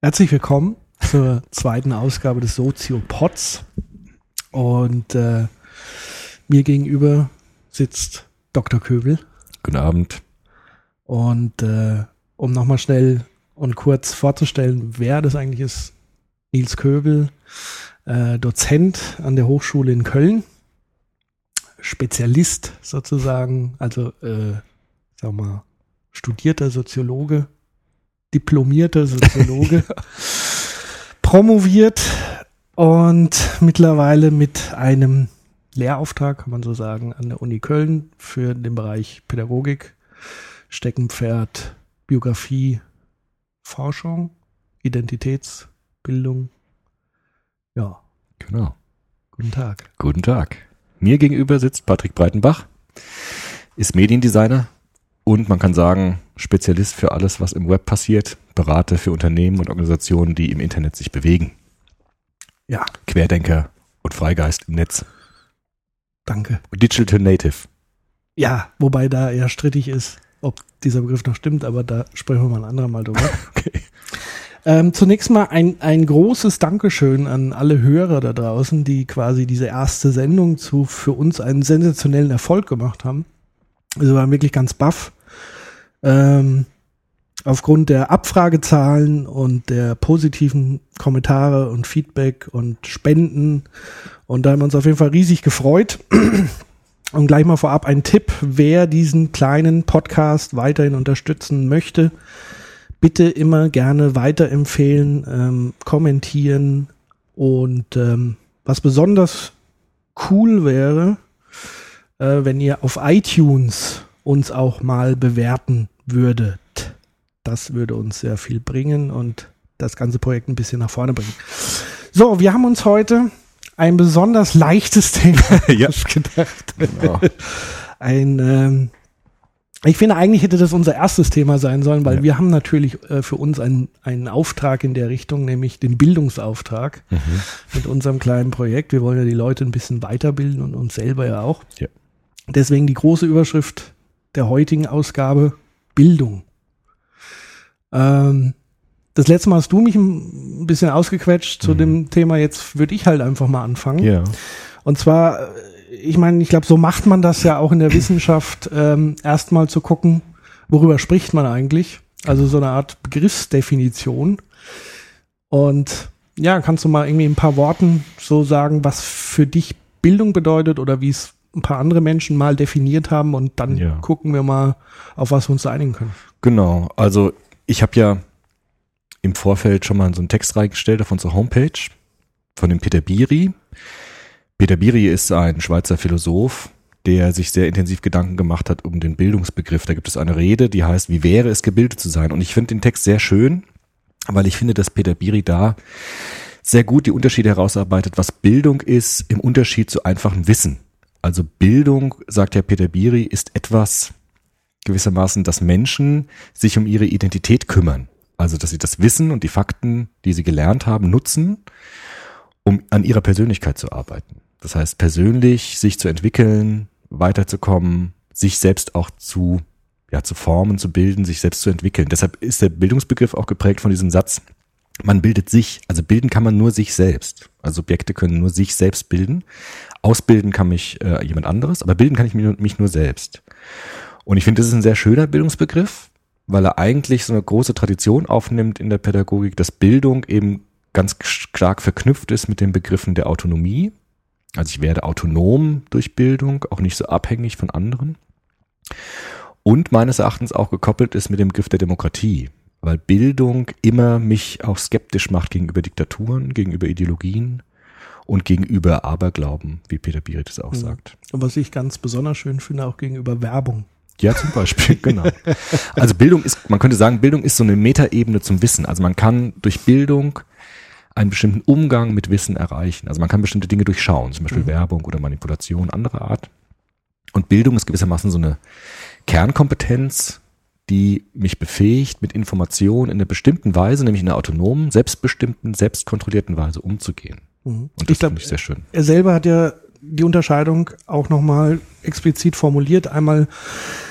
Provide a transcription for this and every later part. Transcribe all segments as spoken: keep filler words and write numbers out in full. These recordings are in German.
Herzlich willkommen zur zweiten Ausgabe des Soziopods. Und äh, mir gegenüber sitzt Doktor Köbel. Guten Abend. Und äh, um nochmal schnell und kurz vorzustellen, wer das eigentlich ist: Nils Köbel, äh, Dozent an der Hochschule in Köln, Spezialist sozusagen, also äh, sag mal, studierter Soziologe, diplomierter Soziologe, promoviert und mittlerweile mit einem Lehrauftrag, kann man so sagen, an der Uni Köln für den Bereich Pädagogik, Steckenpferd, Biografie, Forschung, Identitätsbildung. Ja. Genau. Guten Tag. Guten Tag. Mir gegenüber sitzt Patrick Breitenbach, ist Mediendesigner und man kann sagen, Spezialist für alles, was im Web passiert, Berater für Unternehmen und Organisationen, die im Internet sich bewegen. Ja. Querdenker und Freigeist im Netz. Danke. Und Digital Native. Ja, wobei da eher strittig ist, ob dieser Begriff noch stimmt, aber da sprechen wir mal ein andermal drüber. Okay. Ähm, zunächst mal ein, ein großes Dankeschön an alle Hörer da draußen, die quasi diese erste Sendung zu für uns einen sensationellen Erfolg gemacht haben. Also wir waren wirklich ganz baff. Ähm, aufgrund der Abfragezahlen und der positiven Kommentare und Feedback und Spenden. Und da haben wir uns auf jeden Fall riesig gefreut. Und gleich mal vorab ein Tipp: Wer diesen kleinen Podcast weiterhin unterstützen möchte, bitte immer gerne weiterempfehlen, ähm, kommentieren. Und ähm, was besonders cool wäre, äh, wenn ihr auf iTunes uns auch mal bewerten würdet. Das würde uns sehr viel bringen und das ganze Projekt ein bisschen nach vorne bringen. So, wir haben uns heute ein besonders leichtes Thema Ja. gedacht. Genau. Ein, ähm, ich finde, eigentlich hätte das unser erstes Thema sein sollen, weil Ja. wir haben natürlich äh, für uns einen, einen Auftrag in der Richtung, nämlich den Bildungsauftrag Mhm. mit unserem kleinen Projekt. Wir wollen ja die Leute ein bisschen weiterbilden und uns selber ja auch. Ja. Deswegen die große Überschrift der heutigen Ausgabe: Bildung. Ähm, das letzte Mal hast du mich ein bisschen ausgequetscht zu Mhm. dem Thema. Jetzt würde ich halt einfach mal anfangen. Ja. Und zwar, ich meine, ich glaube, so macht man das ja auch in der Wissenschaft, ähm, erstmal zu gucken, worüber spricht man eigentlich. Also so eine Art Begriffsdefinition. Und ja, kannst du mal irgendwie in ein paar Worten so sagen, was für dich Bildung bedeutet oder wie es ein paar andere Menschen mal definiert haben, und dann Ja. gucken wir mal, auf was wir uns einigen können. Genau. Also ich habe ja im Vorfeld schon mal so einen Text reingestellt auf unserer Homepage von dem Peter Biri. Peter Biri ist ein Schweizer Philosoph, der sich sehr intensiv Gedanken gemacht hat um den Bildungsbegriff. Da gibt es eine Rede, die heißt: Wie wäre es, gebildet zu sein? Und ich finde den Text sehr schön, weil ich finde, dass Peter Biri da sehr gut die Unterschiede herausarbeitet, was Bildung ist im Unterschied zu einfachem Wissen. Also Bildung, sagt ja Peter Biri, ist etwas gewissermaßen, dass Menschen sich um ihre Identität kümmern. Also dass sie das Wissen und die Fakten, die sie gelernt haben, nutzen, um an ihrer Persönlichkeit zu arbeiten. Das heißt, persönlich sich zu entwickeln, weiterzukommen, sich selbst auch zu, ja, zu formen, zu bilden, sich selbst zu entwickeln. Deshalb ist der Bildungsbegriff auch geprägt von diesem Satz: Man bildet sich. Also bilden kann man nur sich selbst. Also Subjekte können nur sich selbst bilden. Ausbilden kann mich äh, jemand anderes, aber bilden kann ich mich nur, mich nur selbst. Und ich finde, das ist ein sehr schöner Bildungsbegriff, weil er eigentlich so eine große Tradition aufnimmt in der Pädagogik, dass Bildung eben ganz stark verknüpft ist mit den Begriffen der Autonomie. Also ich werde autonom durch Bildung, auch nicht so abhängig von anderen. Und meines Erachtens auch gekoppelt ist mit dem Begriff der Demokratie, weil Bildung immer mich auch skeptisch macht gegenüber Diktaturen, gegenüber Ideologien und gegenüber Aberglauben, wie Peter Biri das auch Mhm. sagt. Und was ich ganz besonders schön finde, auch gegenüber Werbung. Ja, zum Beispiel, genau. Also Bildung ist, man könnte sagen, Bildung ist so eine Metaebene zum Wissen. Also man kann durch Bildung einen bestimmten Umgang mit Wissen erreichen. Also man kann bestimmte Dinge durchschauen, zum Beispiel mhm. Werbung oder Manipulation anderer Art. Und Bildung ist gewissermaßen so eine Kernkompetenz, die mich befähigt, mit Informationen in einer bestimmten Weise, nämlich in einer autonomen, selbstbestimmten, selbstkontrollierten Weise umzugehen. Mhm. Und das ich glaub, finde ich sehr schön. Er selber hat ja die Unterscheidung auch nochmal explizit formuliert. Einmal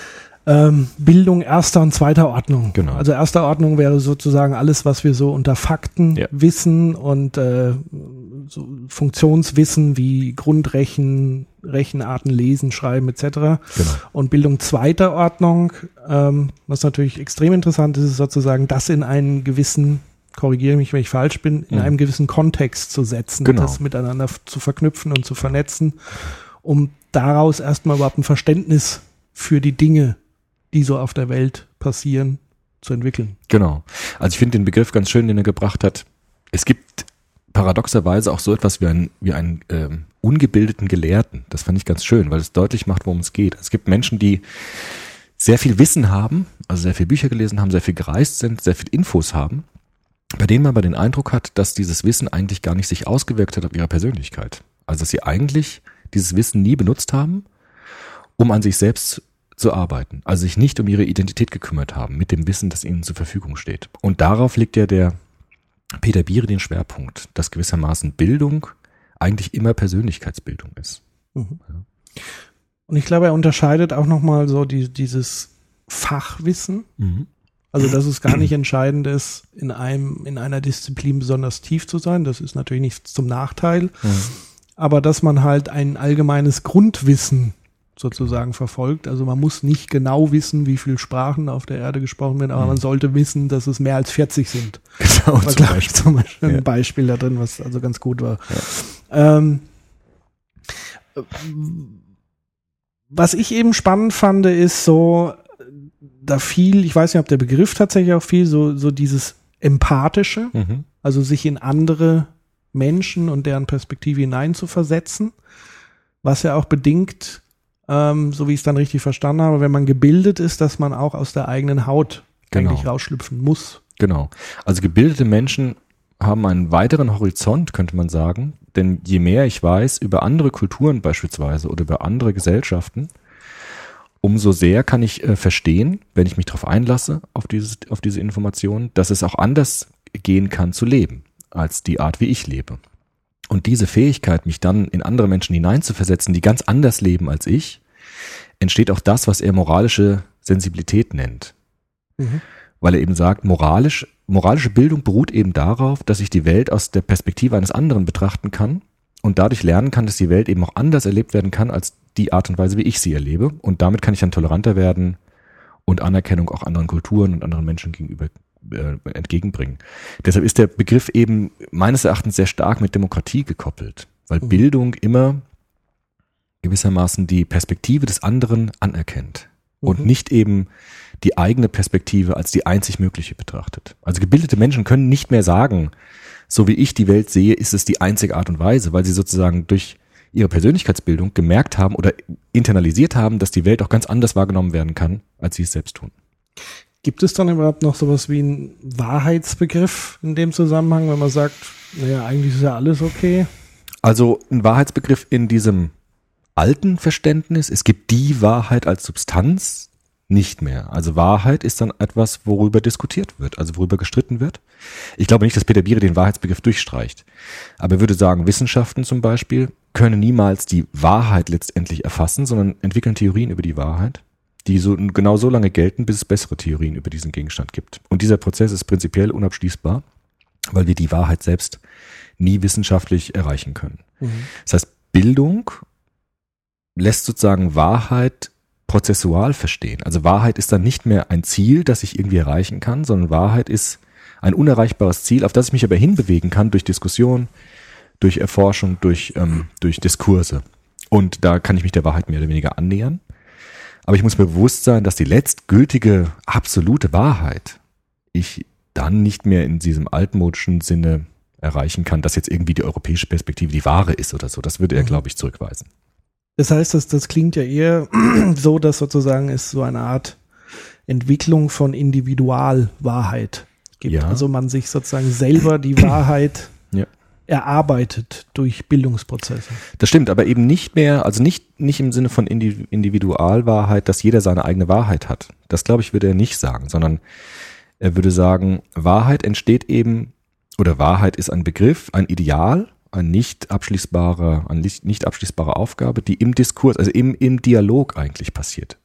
ähm, Bildung erster und zweiter Ordnung. Genau. Also erster Ordnung wäre sozusagen alles, was wir so unter Fakten Ja. wissen und äh, so Funktionswissen wie Grundrechen, Rechenarten, Lesen, Schreiben et cetera. Genau. Und Bildung zweiter Ordnung, ähm, was natürlich extrem interessant ist, ist sozusagen das in einen gewissen, korrigiere mich, wenn ich falsch bin, in Mhm. einem gewissen Kontext zu setzen, Genau. das miteinander f- zu verknüpfen und zu vernetzen, um daraus erstmal überhaupt ein Verständnis für die Dinge, die so auf der Welt passieren, zu entwickeln. Genau. Also ich finde den Begriff ganz schön, den er gebracht hat. Es gibt paradoxerweise auch so etwas wie einen, wie einen ähm, ungebildeten Gelehrten. Das fand ich ganz schön, weil es deutlich macht, worum es geht. Es gibt Menschen, die sehr viel Wissen haben, also sehr viel Bücher gelesen haben, sehr viel gereist sind, sehr viel Infos haben, bei denen man aber den Eindruck hat, dass dieses Wissen eigentlich gar nicht sich ausgewirkt hat auf ihre Persönlichkeit. Also dass sie eigentlich dieses Wissen nie benutzt haben, um an sich selbst zu arbeiten. Also sich nicht um ihre Identität gekümmert haben mit dem Wissen, das ihnen zur Verfügung steht. Und darauf legt ja der Peter Biere den Schwerpunkt, dass gewissermaßen Bildung eigentlich immer Persönlichkeitsbildung ist. Mhm. Und ich glaube, er unterscheidet auch nochmal so die, dieses Fachwissen. Mhm. Also, dass es gar nicht entscheidend ist, in einem, in einer Disziplin besonders tief zu sein. Das ist natürlich nicht zum Nachteil. Mhm. Aber dass man halt ein allgemeines Grundwissen sozusagen verfolgt. Also man muss nicht genau wissen, wie viele Sprachen auf der Erde gesprochen werden, aber Mhm. man sollte wissen, dass es mehr als vierzig sind. Genau, War, zum glaub ich, Beispiel. zum Beispiel Ja. ein Beispiel da drin, was also ganz gut war. Ja. Ähm, was ich eben spannend fand, ist so, da viel, ich weiß nicht, ob der Begriff tatsächlich auch viel, so, so dieses Empathische, Mhm. also sich in andere Menschen und deren Perspektive hineinzuversetzen, was ja auch bedingt, ähm, so wie ich es dann richtig verstanden habe, wenn man gebildet ist, dass man auch aus der eigenen Haut Genau. eigentlich rausschlüpfen muss. Genau. Also gebildete Menschen haben einen weiteren Horizont, könnte man sagen. Denn je mehr ich weiß über andere Kulturen beispielsweise oder über andere Gesellschaften, umso sehr kann ich äh, verstehen, wenn ich mich darauf einlasse, auf, dieses, auf diese Informationen, dass es auch anders gehen kann zu leben, als die Art, wie ich lebe. Und diese Fähigkeit, mich dann in andere Menschen hineinzuversetzen, die ganz anders leben als ich, entsteht auch das, was er moralische Sensibilität nennt. Mhm. Weil er eben sagt, moralisch, moralische Bildung beruht eben darauf, dass ich die Welt aus der Perspektive eines anderen betrachten kann und dadurch lernen kann, dass die Welt eben auch anders erlebt werden kann als die Art und Weise, wie ich sie erlebe. Und damit kann ich dann toleranter werden und Anerkennung auch anderen Kulturen und anderen Menschen gegenüber äh, entgegenbringen. Deshalb ist der Begriff eben meines Erachtens sehr stark mit Demokratie gekoppelt, weil Mhm. Bildung immer gewissermaßen die Perspektive des anderen anerkennt und Mhm. nicht eben die eigene Perspektive als die einzig mögliche betrachtet. Also gebildete Menschen können nicht mehr sagen, so wie ich die Welt sehe, ist es die einzige Art und Weise, weil sie sozusagen durch ihre Persönlichkeitsbildung gemerkt haben oder internalisiert haben, dass die Welt auch ganz anders wahrgenommen werden kann, als sie es selbst tun. Gibt es dann überhaupt noch sowas wie einen Wahrheitsbegriff in dem Zusammenhang, wenn man sagt, naja, eigentlich ist ja alles okay? Also ein Wahrheitsbegriff in diesem alten Verständnis, es gibt die Wahrheit als Substanz, nicht mehr. Also Wahrheit ist dann etwas, worüber diskutiert wird, also worüber gestritten wird. Ich glaube nicht, dass Peter Biere den Wahrheitsbegriff durchstreicht. Aber er würde sagen, Wissenschaften zum Beispiel können niemals die Wahrheit letztendlich erfassen, sondern entwickeln Theorien über die Wahrheit, die so, genau so lange gelten, bis es bessere Theorien über diesen Gegenstand gibt. Und dieser Prozess ist prinzipiell unabschließbar, weil wir die Wahrheit selbst nie wissenschaftlich erreichen können. Mhm. Das heißt, Bildung lässt sozusagen Wahrheit prozessual verstehen. Also Wahrheit ist dann nicht mehr ein Ziel, das ich irgendwie erreichen kann, sondern Wahrheit ist ein unerreichbares Ziel, auf das ich mich aber hinbewegen kann durch Diskussion, durch Erforschung, durch, ähm, durch Diskurse. Und da kann ich mich der Wahrheit mehr oder weniger annähern. Aber ich muss mir bewusst sein, dass die letztgültige, absolute Wahrheit ich dann nicht mehr in diesem altmodischen Sinne erreichen kann, dass jetzt irgendwie die europäische Perspektive die wahre ist oder so. Das würde er, Mhm. glaube ich, zurückweisen. Das heißt, das, das klingt ja eher so, dass sozusagen es so eine Art Entwicklung von Individualwahrheit gibt. Ja. Also man sich sozusagen selber die Wahrheit Ja. erarbeitet durch Bildungsprozesse. Das stimmt, aber eben nicht mehr, also nicht, nicht im Sinne von Indi- Individualwahrheit, dass jeder seine eigene Wahrheit hat. Das, glaube ich, würde er nicht sagen, sondern er würde sagen, Wahrheit entsteht eben, oder Wahrheit ist ein Begriff, ein Ideal, ein nicht abschließbarer, eine nicht nicht abschließbare Aufgabe, die im Diskurs, also im, im Dialog eigentlich passiert.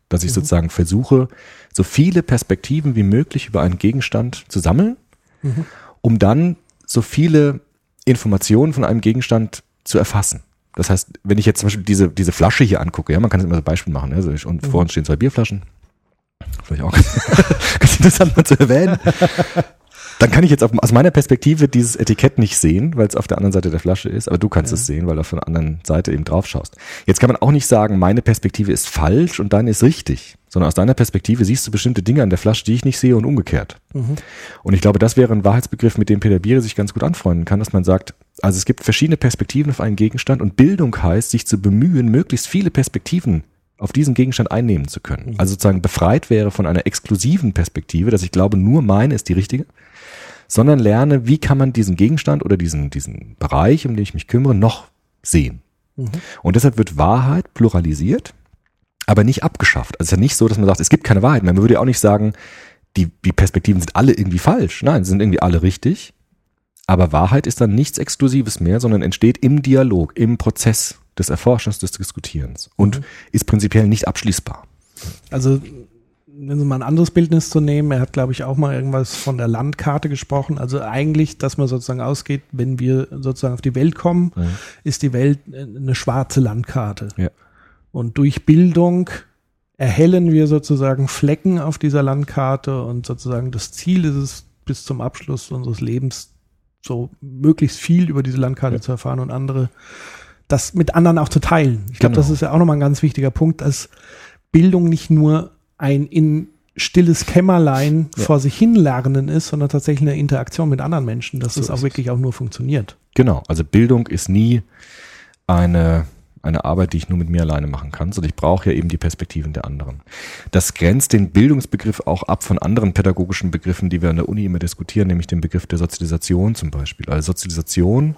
dass ich Mhm. sozusagen versuche, so viele Perspektiven wie möglich über einen Gegenstand zu sammeln, Mhm. um dann so viele Informationen von einem Gegenstand zu erfassen. Das heißt, wenn ich jetzt zum Beispiel diese, diese Flasche hier angucke, ja, man kann es immer so Beispiel machen, ne? Also ich, und Mhm. vor uns stehen zwei Bierflaschen. Vielleicht auch ganz, ganz interessant mal zu erwähnen. Dann kann ich jetzt auf, aus meiner Perspektive dieses Etikett nicht sehen, weil es auf der anderen Seite der Flasche ist, aber du kannst Ja. es sehen, weil du von der anderen Seite eben drauf schaust. Jetzt kann man auch nicht sagen, meine Perspektive ist falsch und deine ist richtig, sondern aus deiner Perspektive siehst du bestimmte Dinge an der Flasche, die ich nicht sehe und umgekehrt. Mhm. Und ich glaube, das wäre ein Wahrheitsbegriff, mit dem Peter Bierry sich ganz gut anfreunden kann, dass man sagt, also es gibt verschiedene Perspektiven auf einen Gegenstand und Bildung heißt, sich zu bemühen, möglichst viele Perspektiven auf diesen Gegenstand einnehmen zu können. Mhm. Also sozusagen befreit wäre von einer exklusiven Perspektive, dass ich glaube, nur meine ist die richtige, sondern lerne, wie kann man diesen Gegenstand oder diesen, diesen Bereich, um den ich mich kümmere, noch sehen. Mhm. Und deshalb wird Wahrheit pluralisiert, aber nicht abgeschafft. Also es ist ja nicht so, dass man sagt, es gibt keine Wahrheit mehr. Man würde ja auch nicht sagen, die, die Perspektiven sind alle irgendwie falsch. Nein, sie sind irgendwie alle richtig. Aber Wahrheit ist dann nichts Exklusives mehr, sondern entsteht im Dialog, im Prozess des Erforschens, des Diskutierens und Mhm. ist prinzipiell nicht abschließbar. Also, wenn Sie mal ein anderes Bildnis zu nehmen, er hat, glaube ich, auch mal irgendwas von der Landkarte gesprochen. Also eigentlich, dass man sozusagen ausgeht, wenn wir sozusagen auf die Welt kommen, Mhm. ist die Welt eine schwarze Landkarte. Ja. Und durch Bildung erhellen wir sozusagen Flecken auf dieser Landkarte und sozusagen das Ziel ist es, bis zum Abschluss unseres Lebens so möglichst viel über diese Landkarte Ja. zu erfahren und andere, das mit anderen auch zu teilen. Ich glaube, Genau. das ist ja auch nochmal ein ganz wichtiger Punkt, dass Bildung nicht nur ein in stilles Kämmerlein Ja. vor sich hin lernen ist, sondern tatsächlich eine Interaktion mit anderen Menschen, dass So es auch ist wirklich auch nur funktioniert. Genau, also Bildung ist nie eine, eine Arbeit, die ich nur mit mir alleine machen kann, sondern ich brauche ja eben die Perspektiven der anderen. Das grenzt den Bildungsbegriff auch ab von anderen pädagogischen Begriffen, die wir an der Uni immer diskutieren, nämlich den Begriff der Sozialisation zum Beispiel. Also Sozialisation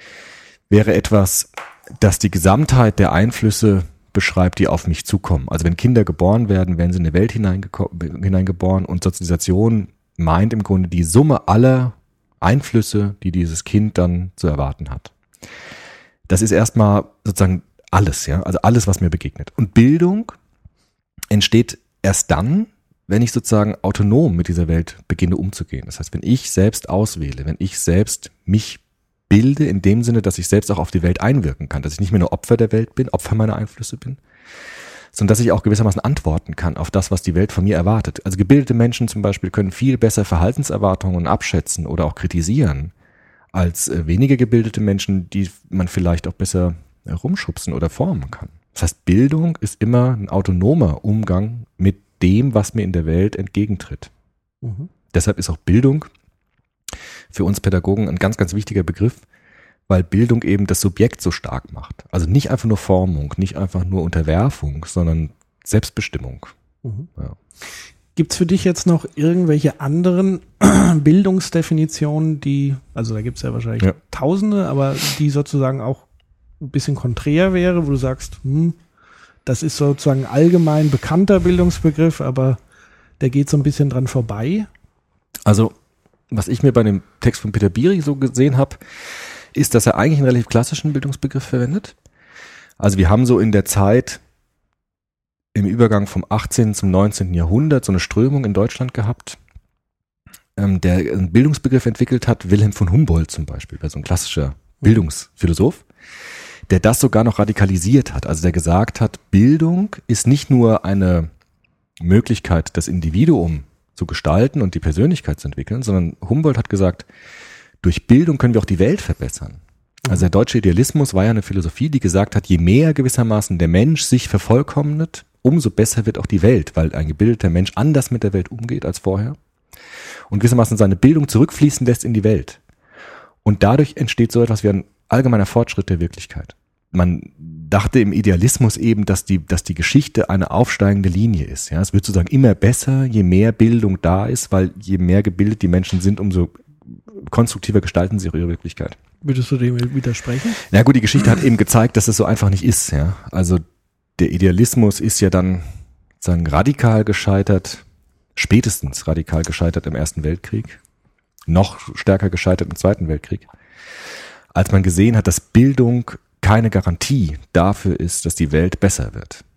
wäre etwas, das die Gesamtheit der Einflüsse beschreibt, die auf mich zukommen. Also wenn Kinder geboren werden, werden sie in eine Welt hineingeko- hineingeboren und Sozialisation meint im Grunde die Summe aller Einflüsse, die dieses Kind dann zu erwarten hat. Das ist erstmal sozusagen alles, ja, also alles, was mir begegnet. Und Bildung entsteht erst dann, wenn ich sozusagen autonom mit dieser Welt beginne umzugehen. Das heißt, wenn ich selbst auswähle, wenn ich selbst mich bilde, in dem Sinne, dass ich selbst auch auf die Welt einwirken kann, dass ich nicht mehr nur Opfer der Welt bin, Opfer meiner Einflüsse bin, sondern dass ich auch gewissermaßen antworten kann auf das, was die Welt von mir erwartet. Also gebildete Menschen zum Beispiel können viel besser Verhaltenserwartungen abschätzen oder auch kritisieren, als äh, weniger gebildete Menschen, die man vielleicht auch besser äh, rumschubsen oder formen kann. Das heißt, Bildung ist immer ein autonomer Umgang mit dem, was mir in der Welt entgegentritt. Mhm. Deshalb ist auch Bildung für uns Pädagogen ein ganz, ganz wichtiger Begriff, weil Bildung eben das Subjekt so stark macht. Also nicht einfach nur Formung, nicht einfach nur Unterwerfung, sondern Selbstbestimmung. Mhm. Ja. Gibt es für dich jetzt noch irgendwelche anderen Bildungsdefinitionen, die, also da gibt es ja wahrscheinlich Ja. Tausende, aber die sozusagen auch ein bisschen konträr wäre, wo du sagst, hm, das ist sozusagen ein allgemein bekannter Bildungsbegriff, aber der geht so ein bisschen dran vorbei? Also, was ich mir bei dem Text von Peter Bierry so gesehen habe, ist, dass er eigentlich einen relativ klassischen Bildungsbegriff verwendet. Also wir haben so in der Zeit im Übergang vom achtzehnten zum neunzehnten Jahrhundert so eine Strömung in Deutschland gehabt, ähm, der einen Bildungsbegriff entwickelt hat, Wilhelm von Humboldt zum Beispiel, so ein klassischer Bildungsphilosoph, der das sogar noch radikalisiert hat. Also der gesagt hat, Bildung ist nicht nur eine Möglichkeit, das Individuum zu gestalten und die Persönlichkeit zu entwickeln, sondern Humboldt hat gesagt, durch Bildung können wir auch die Welt verbessern. Also der deutsche Idealismus war ja eine Philosophie, die gesagt hat, je mehr gewissermaßen der Mensch sich vervollkommnet, umso besser wird auch die Welt, weil ein gebildeter Mensch anders mit der Welt umgeht als vorher und gewissermaßen seine Bildung zurückfließen lässt in die Welt. Und dadurch entsteht so etwas wie ein allgemeiner Fortschritt der Wirklichkeit. Man dachte im Idealismus eben, dass die, dass die Geschichte eine aufsteigende Linie ist. Ja, es wird sozusagen immer besser, je mehr Bildung da ist, weil je mehr gebildet die Menschen sind, umso konstruktiver gestalten sie ihre Wirklichkeit. Würdest du dem widersprechen? Na gut, die Geschichte hat eben gezeigt, dass es so einfach nicht ist. Ja, also der Idealismus ist ja dann sozusagen radikal gescheitert, spätestens radikal gescheitert im Ersten Weltkrieg, noch stärker gescheitert im Zweiten Weltkrieg, als man gesehen hat, dass Bildung keine Garantie dafür ist, dass die Welt besser wird.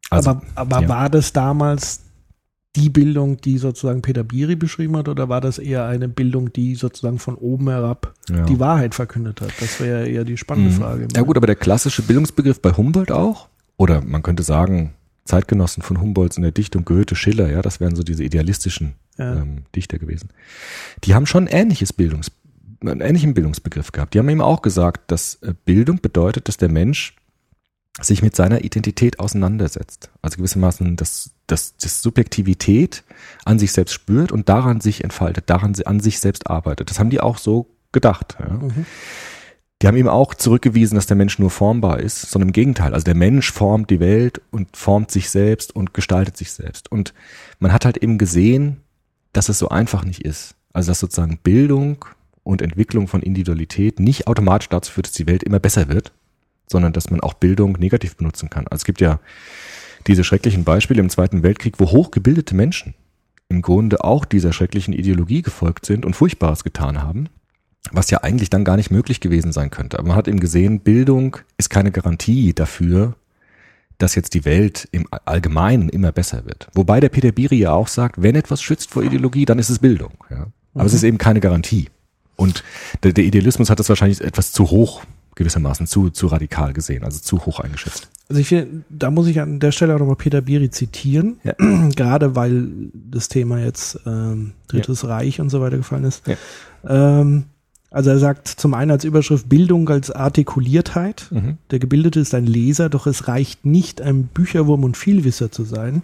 Also, aber aber ja. war das damals die Bildung, die sozusagen Peter Biri beschrieben hat, oder war das eher eine Bildung, die sozusagen von oben herab Ja. die Wahrheit verkündet hat? Das wäre ja eher die spannende Mhm. Frage. Ja gut, aber der klassische Bildungsbegriff bei Humboldt auch, oder man könnte sagen, Zeitgenossen von Humboldt in der Dichtung, Goethe, Schiller, ja, das wären so diese idealistischen Ja. ähm, Dichter gewesen. Die haben schon ein ähnliches Bildungs, einen ähnlichen Bildungsbegriff gehabt. Die haben eben auch gesagt, dass äh, Bildung bedeutet, dass der Mensch sich mit seiner Identität auseinandersetzt. Also gewissermaßen, dass, dass, dass Subjektivität an sich selbst spürt und daran sich entfaltet, daran sie- an sich selbst arbeitet. Das haben die auch so gedacht. Ja. Mhm. Die haben eben auch zurückgewiesen, dass der Mensch nur formbar ist, sondern im Gegenteil. Also der Mensch formt die Welt und formt sich selbst und gestaltet sich selbst. Und man hat halt eben gesehen, dass es so einfach nicht ist. Also dass sozusagen Bildung und Entwicklung von Individualität nicht automatisch dazu führt, dass die Welt immer besser wird, sondern dass man auch Bildung negativ benutzen kann. Also es gibt ja diese schrecklichen Beispiele im Zweiten Weltkrieg, wo hochgebildete Menschen im Grunde auch dieser schrecklichen Ideologie gefolgt sind und Furchtbares getan haben, was ja eigentlich dann gar nicht möglich gewesen sein könnte. Aber man hat eben gesehen, Bildung ist keine Garantie dafür, dass jetzt die Welt im Allgemeinen immer besser wird. Wobei der Peter Biri ja auch sagt, wenn etwas schützt vor Ideologie, dann ist es Bildung. Ja. Aber mhm. es ist eben keine Garantie. Und der, der Idealismus hat das wahrscheinlich etwas zu hoch gewissermaßen zu, zu radikal gesehen, also zu hoch eingeschätzt. Also ich finde, da muss ich an der Stelle auch nochmal Peter Biri zitieren, Ja. gerade weil das Thema jetzt ähm, Drittes ja. Reich und so weiter gefallen ist. Ja. Ähm, also er sagt zum einen als Überschrift Bildung als Artikuliertheit. Mhm. Der Gebildete ist ein Leser, doch es reicht nicht, ein Bücherwurm und Vielwisser zu sein.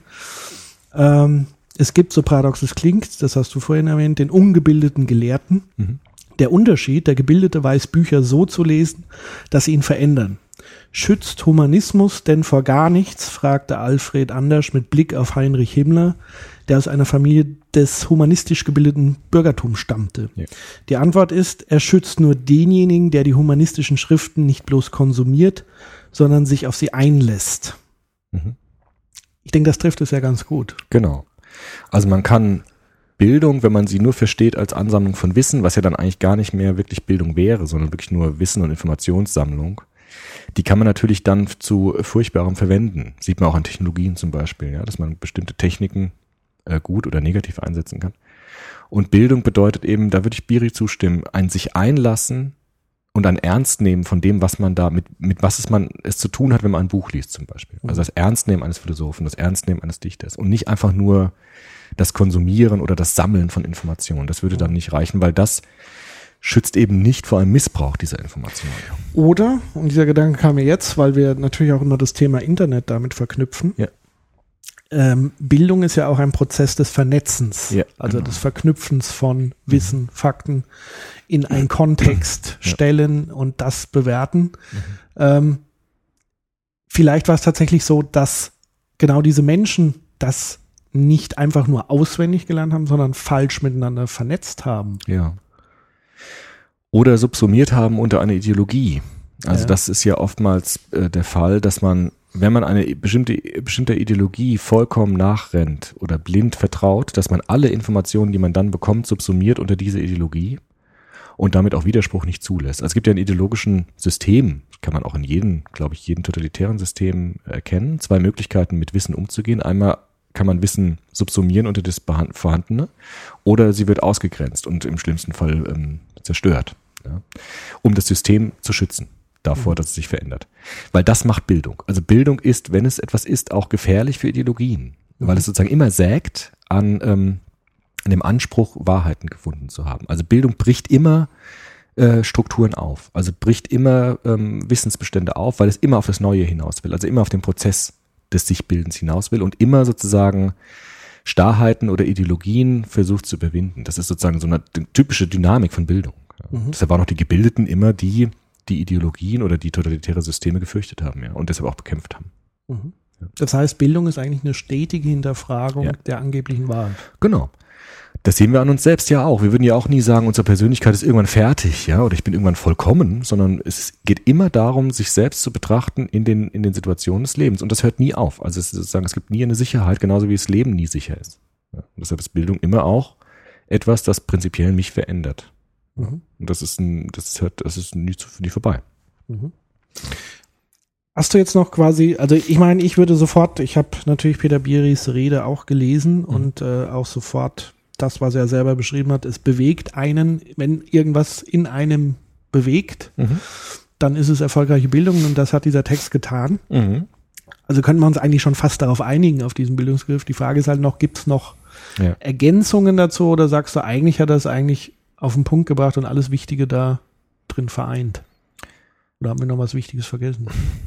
Ähm, es gibt, so paradox es klingt, das hast du vorhin erwähnt, den ungebildeten Gelehrten. Mhm. Der Unterschied, der Gebildete weiß Bücher so zu lesen, dass sie ihn verändern. Schützt Humanismus denn vor gar nichts, fragte Alfred Andersch mit Blick auf Heinrich Himmler, der aus einer Familie des humanistisch gebildeten Bürgertums stammte. Ja. Die Antwort ist, er schützt nur denjenigen, der die humanistischen Schriften nicht bloß konsumiert, sondern sich auf sie einlässt. Mhm. Ich denke, das trifft es ja ganz gut. Genau. Also man kann Bildung, wenn man sie nur versteht als Ansammlung von Wissen, was ja dann eigentlich gar nicht mehr wirklich Bildung wäre, sondern wirklich nur Wissen und Informationssammlung, die kann man natürlich dann zu Furchtbarem verwenden. Sieht man auch an Technologien zum Beispiel, ja, dass man bestimmte Techniken äh, gut oder negativ einsetzen kann. Und Bildung bedeutet eben, da würde ich Biri zustimmen, ein sich einlassen und ein Ernst nehmen von dem, was man da, mit, mit was es man es zu tun hat, wenn man ein Buch liest zum Beispiel. Also das Ernstnehmen eines Philosophen, das Ernstnehmen eines Dichters und nicht einfach nur das Konsumieren oder das Sammeln von Informationen. Das würde dann nicht reichen, weil das schützt eben nicht vor einem Missbrauch dieser Informationen. Oder, und dieser Gedanke kam mir jetzt, weil wir natürlich auch immer das Thema Internet damit verknüpfen, ja. ähm, Bildung ist ja auch ein Prozess des Vernetzens, ja, also genau. des Verknüpfens von Wissen, mhm. Fakten in einen Kontext ja. stellen und das bewerten. Mhm. Ähm, vielleicht war es tatsächlich so, dass genau diese Menschen das nicht einfach nur auswendig gelernt haben, sondern falsch miteinander vernetzt haben. Ja. Oder subsumiert haben unter eine Ideologie. Also ja. das ist ja oftmals äh, der Fall, dass man, wenn man eine bestimmte, bestimmte Ideologie vollkommen nachrennt oder blind vertraut, dass man alle Informationen, die man dann bekommt, subsumiert unter diese Ideologie und damit auch Widerspruch nicht zulässt. Also es gibt ja in ideologischen Systemen, kann man auch in jedem, glaube ich, jedem totalitären System erkennen, zwei Möglichkeiten, mit Wissen umzugehen. Einmal kann man Wissen subsumieren unter das Vorhandene oder sie wird ausgegrenzt und im schlimmsten Fall ähm, zerstört, ja, um das System zu schützen davor, mhm. dass es sich verändert. Weil das macht Bildung. Also Bildung ist, wenn es etwas ist, auch gefährlich für Ideologien, mhm. weil es sozusagen immer sägt an, ähm, an dem Anspruch, Wahrheiten gefunden zu haben. Also Bildung bricht immer äh, Strukturen auf, also bricht immer ähm, Wissensbestände auf, weil es immer auf das Neue hinaus will, also immer auf den Prozess des Sichbildens hinaus will und immer sozusagen Starrheiten oder Ideologien versucht zu überwinden. Das ist sozusagen so eine typische Dynamik von Bildung. Mhm. Deshalb waren auch die Gebildeten immer die, die Ideologien oder die totalitäre Systeme gefürchtet haben, ja, und deshalb auch bekämpft haben. Mhm. Ja. Das heißt, Bildung ist eigentlich eine stetige Hinterfragung ja. der angeblichen Wahrheit. Genau. Das sehen wir an uns selbst ja auch. Wir würden ja auch nie sagen, unsere Persönlichkeit ist irgendwann fertig, ja, oder ich bin irgendwann vollkommen, sondern es geht immer darum, sich selbst zu betrachten in den, in den Situationen des Lebens. Und das hört nie auf. Also es ist sozusagen, es gibt nie eine Sicherheit, genauso wie das Leben nie sicher ist. Ja, und deshalb ist Bildung immer auch etwas, das prinzipiell mich verändert. Mhm. Und das ist ein, das hört, das ist nie, nie vorbei. Mhm. Hast du jetzt noch quasi, also ich meine, ich würde sofort, ich habe natürlich Peter Biris Rede auch gelesen mhm. und äh, auch sofort das, was er selber beschrieben hat, es bewegt einen, wenn irgendwas in einem bewegt, mhm. dann ist es erfolgreiche Bildung und das hat dieser Text getan. Mhm. Also könnten wir uns eigentlich schon fast darauf einigen, auf diesen Bildungsbegriff. Die Frage ist halt noch, gibt es noch ja. Ergänzungen dazu oder sagst du, eigentlich hat er es eigentlich auf den Punkt gebracht und alles Wichtige da drin vereint? Oder haben wir noch was Wichtiges vergessen?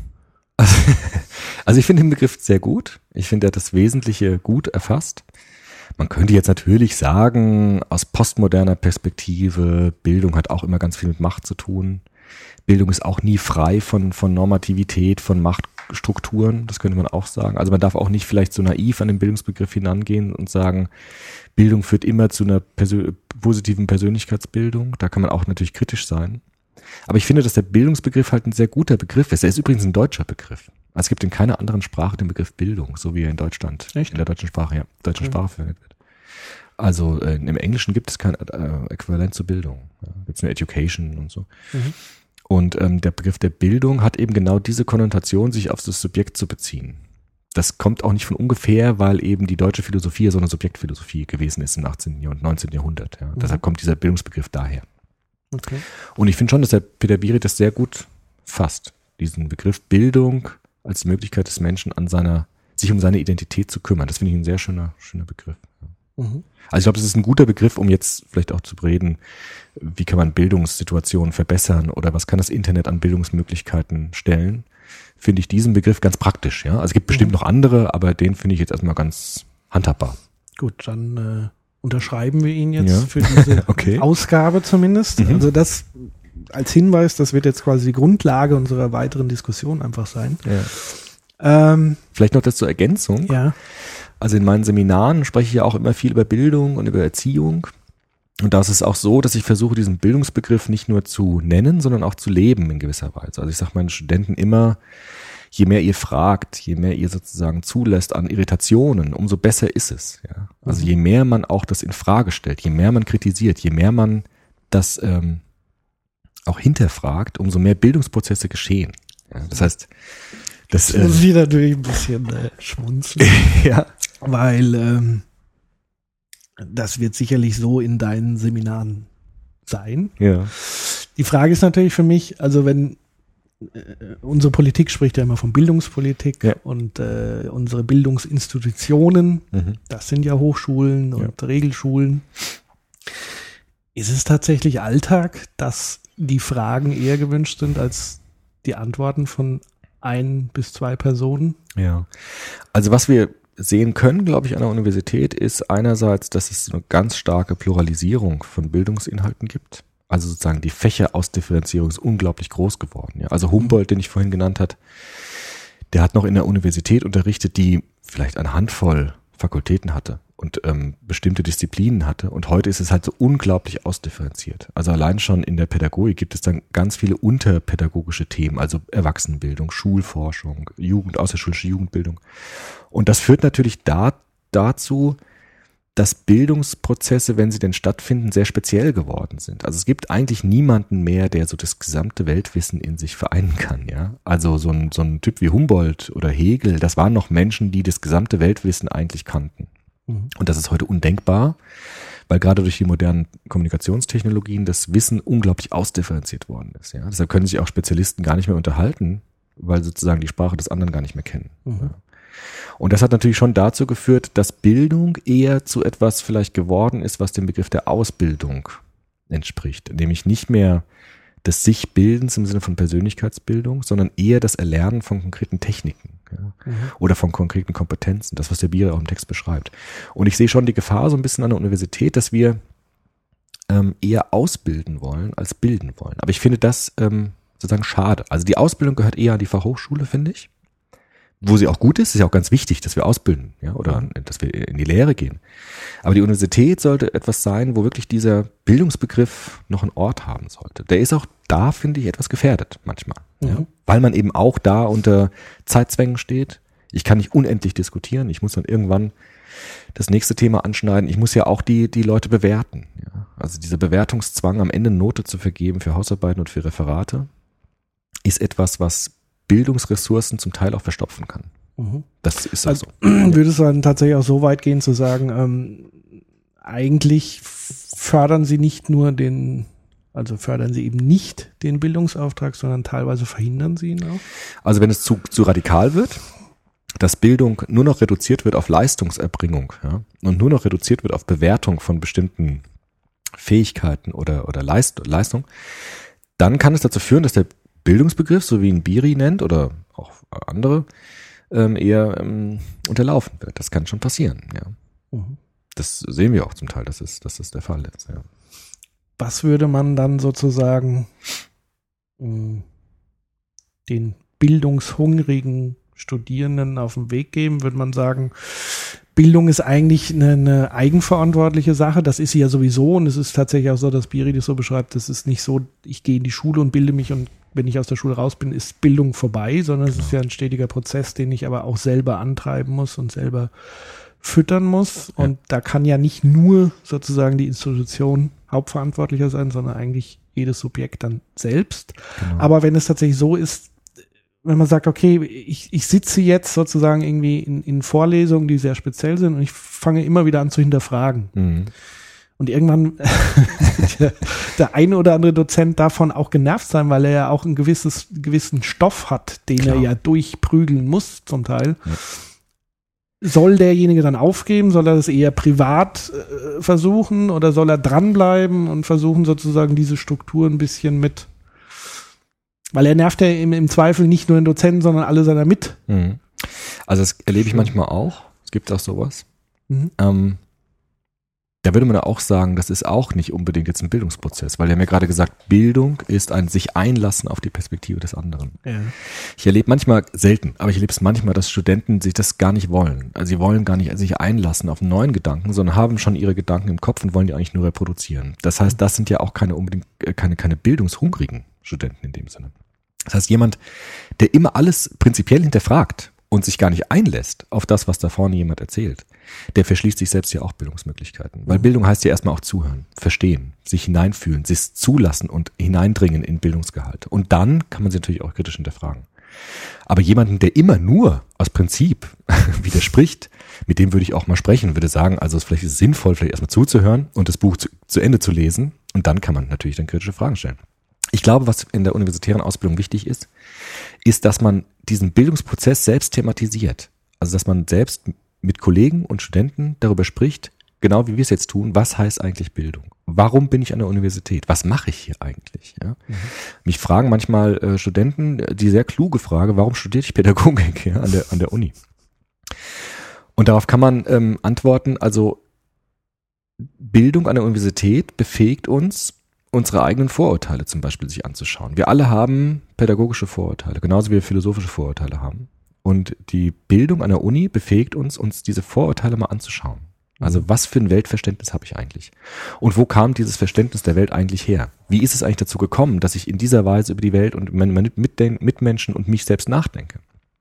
Also, also ich finde den Begriff sehr gut. Ich finde, er hat das Wesentliche gut erfasst. Man könnte jetzt natürlich sagen, aus postmoderner Perspektive, Bildung hat auch immer ganz viel mit Macht zu tun. Bildung ist auch nie frei von, von Normativität, von Machtstrukturen, das könnte man auch sagen. Also man darf auch nicht vielleicht so naiv an den Bildungsbegriff hinangehen und sagen, Bildung führt immer zu einer persö- positiven Persönlichkeitsbildung. Da kann man auch natürlich kritisch sein. Aber ich finde, dass der Bildungsbegriff halt ein sehr guter Begriff ist. Er ist übrigens ein deutscher Begriff. Also es gibt in keiner anderen Sprache den Begriff Bildung, so wie er in Deutschland, Echt? in der deutschen Sprache, ja, deutschen okay. Sprache verwendet wird. Also äh, im Englischen gibt es kein äh, Äquivalent zur Bildung. Ja, gibt es nur Education und so. Mhm. Und ähm, der Begriff der Bildung hat eben genau diese Konnotation, sich auf das Subjekt zu beziehen. Das kommt auch nicht von ungefähr, weil eben die deutsche Philosophie so eine Subjektphilosophie gewesen ist im achtzehnten und neunzehnten Jahrhundert. Ja. Mhm. Deshalb kommt dieser Bildungsbegriff daher. Okay. Und ich finde schon, dass der Peter Biri das sehr gut fasst. Diesen Begriff Bildung als die Möglichkeit des Menschen, an seiner, sich um seine Identität zu kümmern. Das finde ich ein sehr schöner, schöner Begriff. Mhm. Also ich glaube, das ist ein guter Begriff, um jetzt vielleicht auch zu reden, wie kann man Bildungssituationen verbessern oder was kann das Internet an Bildungsmöglichkeiten stellen. Finde ich diesen Begriff ganz praktisch. Ja, also es gibt bestimmt mhm. noch andere, aber den finde ich jetzt erstmal ganz handhabbar. Gut, dann äh, unterschreiben wir ihn jetzt ja. für diese okay. Ausgabe zumindest. Mhm. Also das als Hinweis, das wird jetzt quasi die Grundlage unserer weiteren Diskussion einfach sein. Ja. Ähm, Vielleicht noch das zur Ergänzung. Ja. Also in meinen Seminaren spreche ich ja auch immer viel über Bildung und über Erziehung. Und da ist es auch so, dass ich versuche, diesen Bildungsbegriff nicht nur zu nennen, sondern auch zu leben in gewisser Weise. Also ich sage meinen Studenten immer, je mehr ihr fragt, je mehr ihr sozusagen zulässt an Irritationen, umso besser ist es. Ja? Also je mehr man auch das in Frage stellt, je mehr man kritisiert, je mehr man das ähm, auch hinterfragt, umso mehr Bildungsprozesse geschehen. Ja? Das heißt, das ich muss äh, wieder durch ein bisschen äh, schmunzeln. Ja. Weil ähm, das wird sicherlich so in deinen Seminaren sein. Ja. Die Frage ist natürlich für mich, also wenn äh, unsere Politik spricht ja immer von Bildungspolitik ja. und äh, unsere Bildungsinstitutionen, mhm. das sind ja Hochschulen und ja. Regelschulen. Ist es tatsächlich Alltag, dass die Fragen eher gewünscht sind als die Antworten von ein bis zwei Personen? Ja, also was wir sehen können, glaube ich, an der Universität ist einerseits, dass es eine ganz starke Pluralisierung von Bildungsinhalten gibt. Also sozusagen die Fächerausdifferenzierung ist unglaublich groß geworden. Ja. Also Humboldt, den ich vorhin genannt habe, der hat noch in der Universität unterrichtet, die vielleicht eine Handvoll Fakultäten hatte und ähm, bestimmte Disziplinen hatte. Und heute ist es halt so unglaublich ausdifferenziert. Also allein schon in der Pädagogik gibt es dann ganz viele unterpädagogische Themen, also Erwachsenenbildung, Schulforschung, Jugend, außerschulische Jugendbildung. Und das führt natürlich da, dazu, dass Bildungsprozesse, wenn sie denn stattfinden, sehr speziell geworden sind. Also es gibt eigentlich niemanden mehr, der so das gesamte Weltwissen in sich vereinen kann. Ja, also so ein, so ein Typ wie Humboldt oder Hegel, das waren noch Menschen, die das gesamte Weltwissen eigentlich kannten. Mhm. Und das ist heute undenkbar, weil gerade durch die modernen Kommunikationstechnologien das Wissen unglaublich ausdifferenziert worden ist. Ja, deshalb können sich auch Spezialisten gar nicht mehr unterhalten, weil sozusagen die Sprache des anderen gar nicht mehr kennen. Mhm. Ja. Und das hat natürlich schon dazu geführt, dass Bildung eher zu etwas vielleicht geworden ist, was dem Begriff der Ausbildung entspricht. Nämlich nicht mehr des Sich-Bildens im Sinne von Persönlichkeitsbildung, sondern eher das Erlernen von konkreten Techniken ja, mhm. oder von konkreten Kompetenzen. Das, was der Biri auch im Text beschreibt. Und ich sehe schon die Gefahr so ein bisschen an der Universität, dass wir ähm, eher ausbilden wollen als bilden wollen. Aber ich finde das ähm, sozusagen schade. Also die Ausbildung gehört eher an die Fachhochschule, finde ich. Wo sie auch gut ist, ist ja auch ganz wichtig, dass wir ausbilden, ja, oder dass wir in die Lehre gehen. Aber die Universität sollte etwas sein, wo wirklich dieser Bildungsbegriff noch einen Ort haben sollte. Der ist auch da, finde ich, etwas gefährdet manchmal, mhm. ja, weil man eben auch da unter Zeitzwängen steht. Ich kann nicht unendlich diskutieren, ich muss dann irgendwann das nächste Thema anschneiden. Ich muss ja auch die die Leute bewerten. Ja. Also dieser Bewertungszwang, am Ende eine Note zu vergeben für Hausarbeiten und für Referate, ist etwas, was Bildungsressourcen zum Teil auch verstopfen kann. Mhm. Das ist also, also so. Würde es dann tatsächlich auch so weit gehen zu sagen, ähm, eigentlich fördern sie nicht nur den, also fördern sie eben nicht den Bildungsauftrag, sondern teilweise verhindern sie ihn auch? Also wenn es zu, zu radikal wird, dass Bildung nur noch reduziert wird auf Leistungserbringung, ja, und nur noch reduziert wird auf Bewertung von bestimmten Fähigkeiten oder, oder Leist, Leistung, dann kann es dazu führen, dass der Bildungsbegriff, so wie ihn Biri nennt oder auch andere, ähm, eher ähm, unterlaufen wird. Das kann schon passieren, ja. Mhm. Das sehen wir auch zum Teil, dass es, dass das der Fall ist, ja. Was würde man dann sozusagen mh, den bildungshungrigen Studierenden auf den Weg geben? Würde man sagen, Bildung ist eigentlich eine, eine eigenverantwortliche Sache, das ist sie ja sowieso, und es ist tatsächlich auch so, dass Biri das so beschreibt, es ist nicht so, ich gehe in die Schule und bilde mich und wenn ich aus der Schule raus bin, ist Bildung vorbei, sondern es genau. ist ja ein stetiger Prozess, den ich aber auch selber antreiben muss und selber füttern muss, und ja. da kann ja nicht nur sozusagen die Institution hauptverantwortlicher sein, sondern eigentlich jedes Subjekt dann selbst. Genau. Aber wenn es tatsächlich so ist, wenn man sagt, okay, ich, ich sitze jetzt sozusagen irgendwie in, in Vorlesungen, die sehr speziell sind, und ich fange immer wieder an zu hinterfragen. Mhm. Und irgendwann der, der eine oder andere Dozent davon auch genervt sein, weil er ja auch ein gewisses, gewissen Stoff hat, den Klar. er ja durchprügeln muss zum Teil. Ja. Soll derjenige dann aufgeben? Soll er das eher privat äh, versuchen, oder soll er dranbleiben und versuchen sozusagen diese Struktur ein bisschen mit, weil er nervt ja im, im Zweifel nicht nur den Dozenten, sondern alle seiner mit. Mhm. Also das erlebe ich manchmal auch. Es gibt auch sowas. Mhm. Ähm, da würde man auch sagen, das ist auch nicht unbedingt jetzt ein Bildungsprozess, weil wir haben ja gerade gesagt, Bildung ist ein sich einlassen auf die Perspektive des anderen. Ja. Ich erlebe manchmal, selten, aber ich erlebe es manchmal, dass Studenten sich das gar nicht wollen. Also sie wollen gar nicht sich einlassen auf einen neuen Gedanken, sondern haben schon ihre Gedanken im Kopf und wollen die eigentlich nur reproduzieren. Das heißt, das sind ja auch keine unbedingt keine, keine bildungshungrigen Studenten in dem Sinne. Das heißt, jemand, der immer alles prinzipiell hinterfragt und sich gar nicht einlässt auf das, was da vorne jemand erzählt, der verschließt sich selbst ja auch Bildungsmöglichkeiten. Weil Bildung heißt ja erstmal auch zuhören, verstehen, sich hineinfühlen, sich zulassen und hineindringen in Bildungsgehalt. Und dann kann man sie natürlich auch kritisch hinterfragen. Aber jemanden, der immer nur aus Prinzip widerspricht, mit dem würde ich auch mal sprechen, würde sagen, also vielleicht ist es sinnvoll, vielleicht erstmal zuzuhören und das Buch zu, zu Ende zu lesen, und dann kann man natürlich dann kritische Fragen stellen. Ich glaube, was in der universitären Ausbildung wichtig ist, ist, dass man diesen Bildungsprozess selbst thematisiert. Also, dass man selbst mit Kollegen und Studenten darüber spricht, genau wie wir es jetzt tun, was heißt eigentlich Bildung? Warum bin ich an der Universität? Was mache ich hier eigentlich? Ja? Mhm. Mich fragen manchmal äh, Studenten die sehr kluge Frage, warum studiere ich Pädagogik ja, an der, an der Uni? Und darauf kann man ähm, antworten, also Bildung an der Universität befähigt uns, unsere eigenen Vorurteile zum Beispiel sich anzuschauen. Wir alle haben pädagogische Vorurteile, genauso wie wir philosophische Vorurteile haben. Und die Bildung an der Uni befähigt uns, uns diese Vorurteile mal anzuschauen. Also was für ein Weltverständnis habe ich eigentlich? Und wo kam dieses Verständnis der Welt eigentlich her? Wie ist es eigentlich dazu gekommen, dass ich in dieser Weise über die Welt und meine Mitmenschen und mich selbst nachdenke?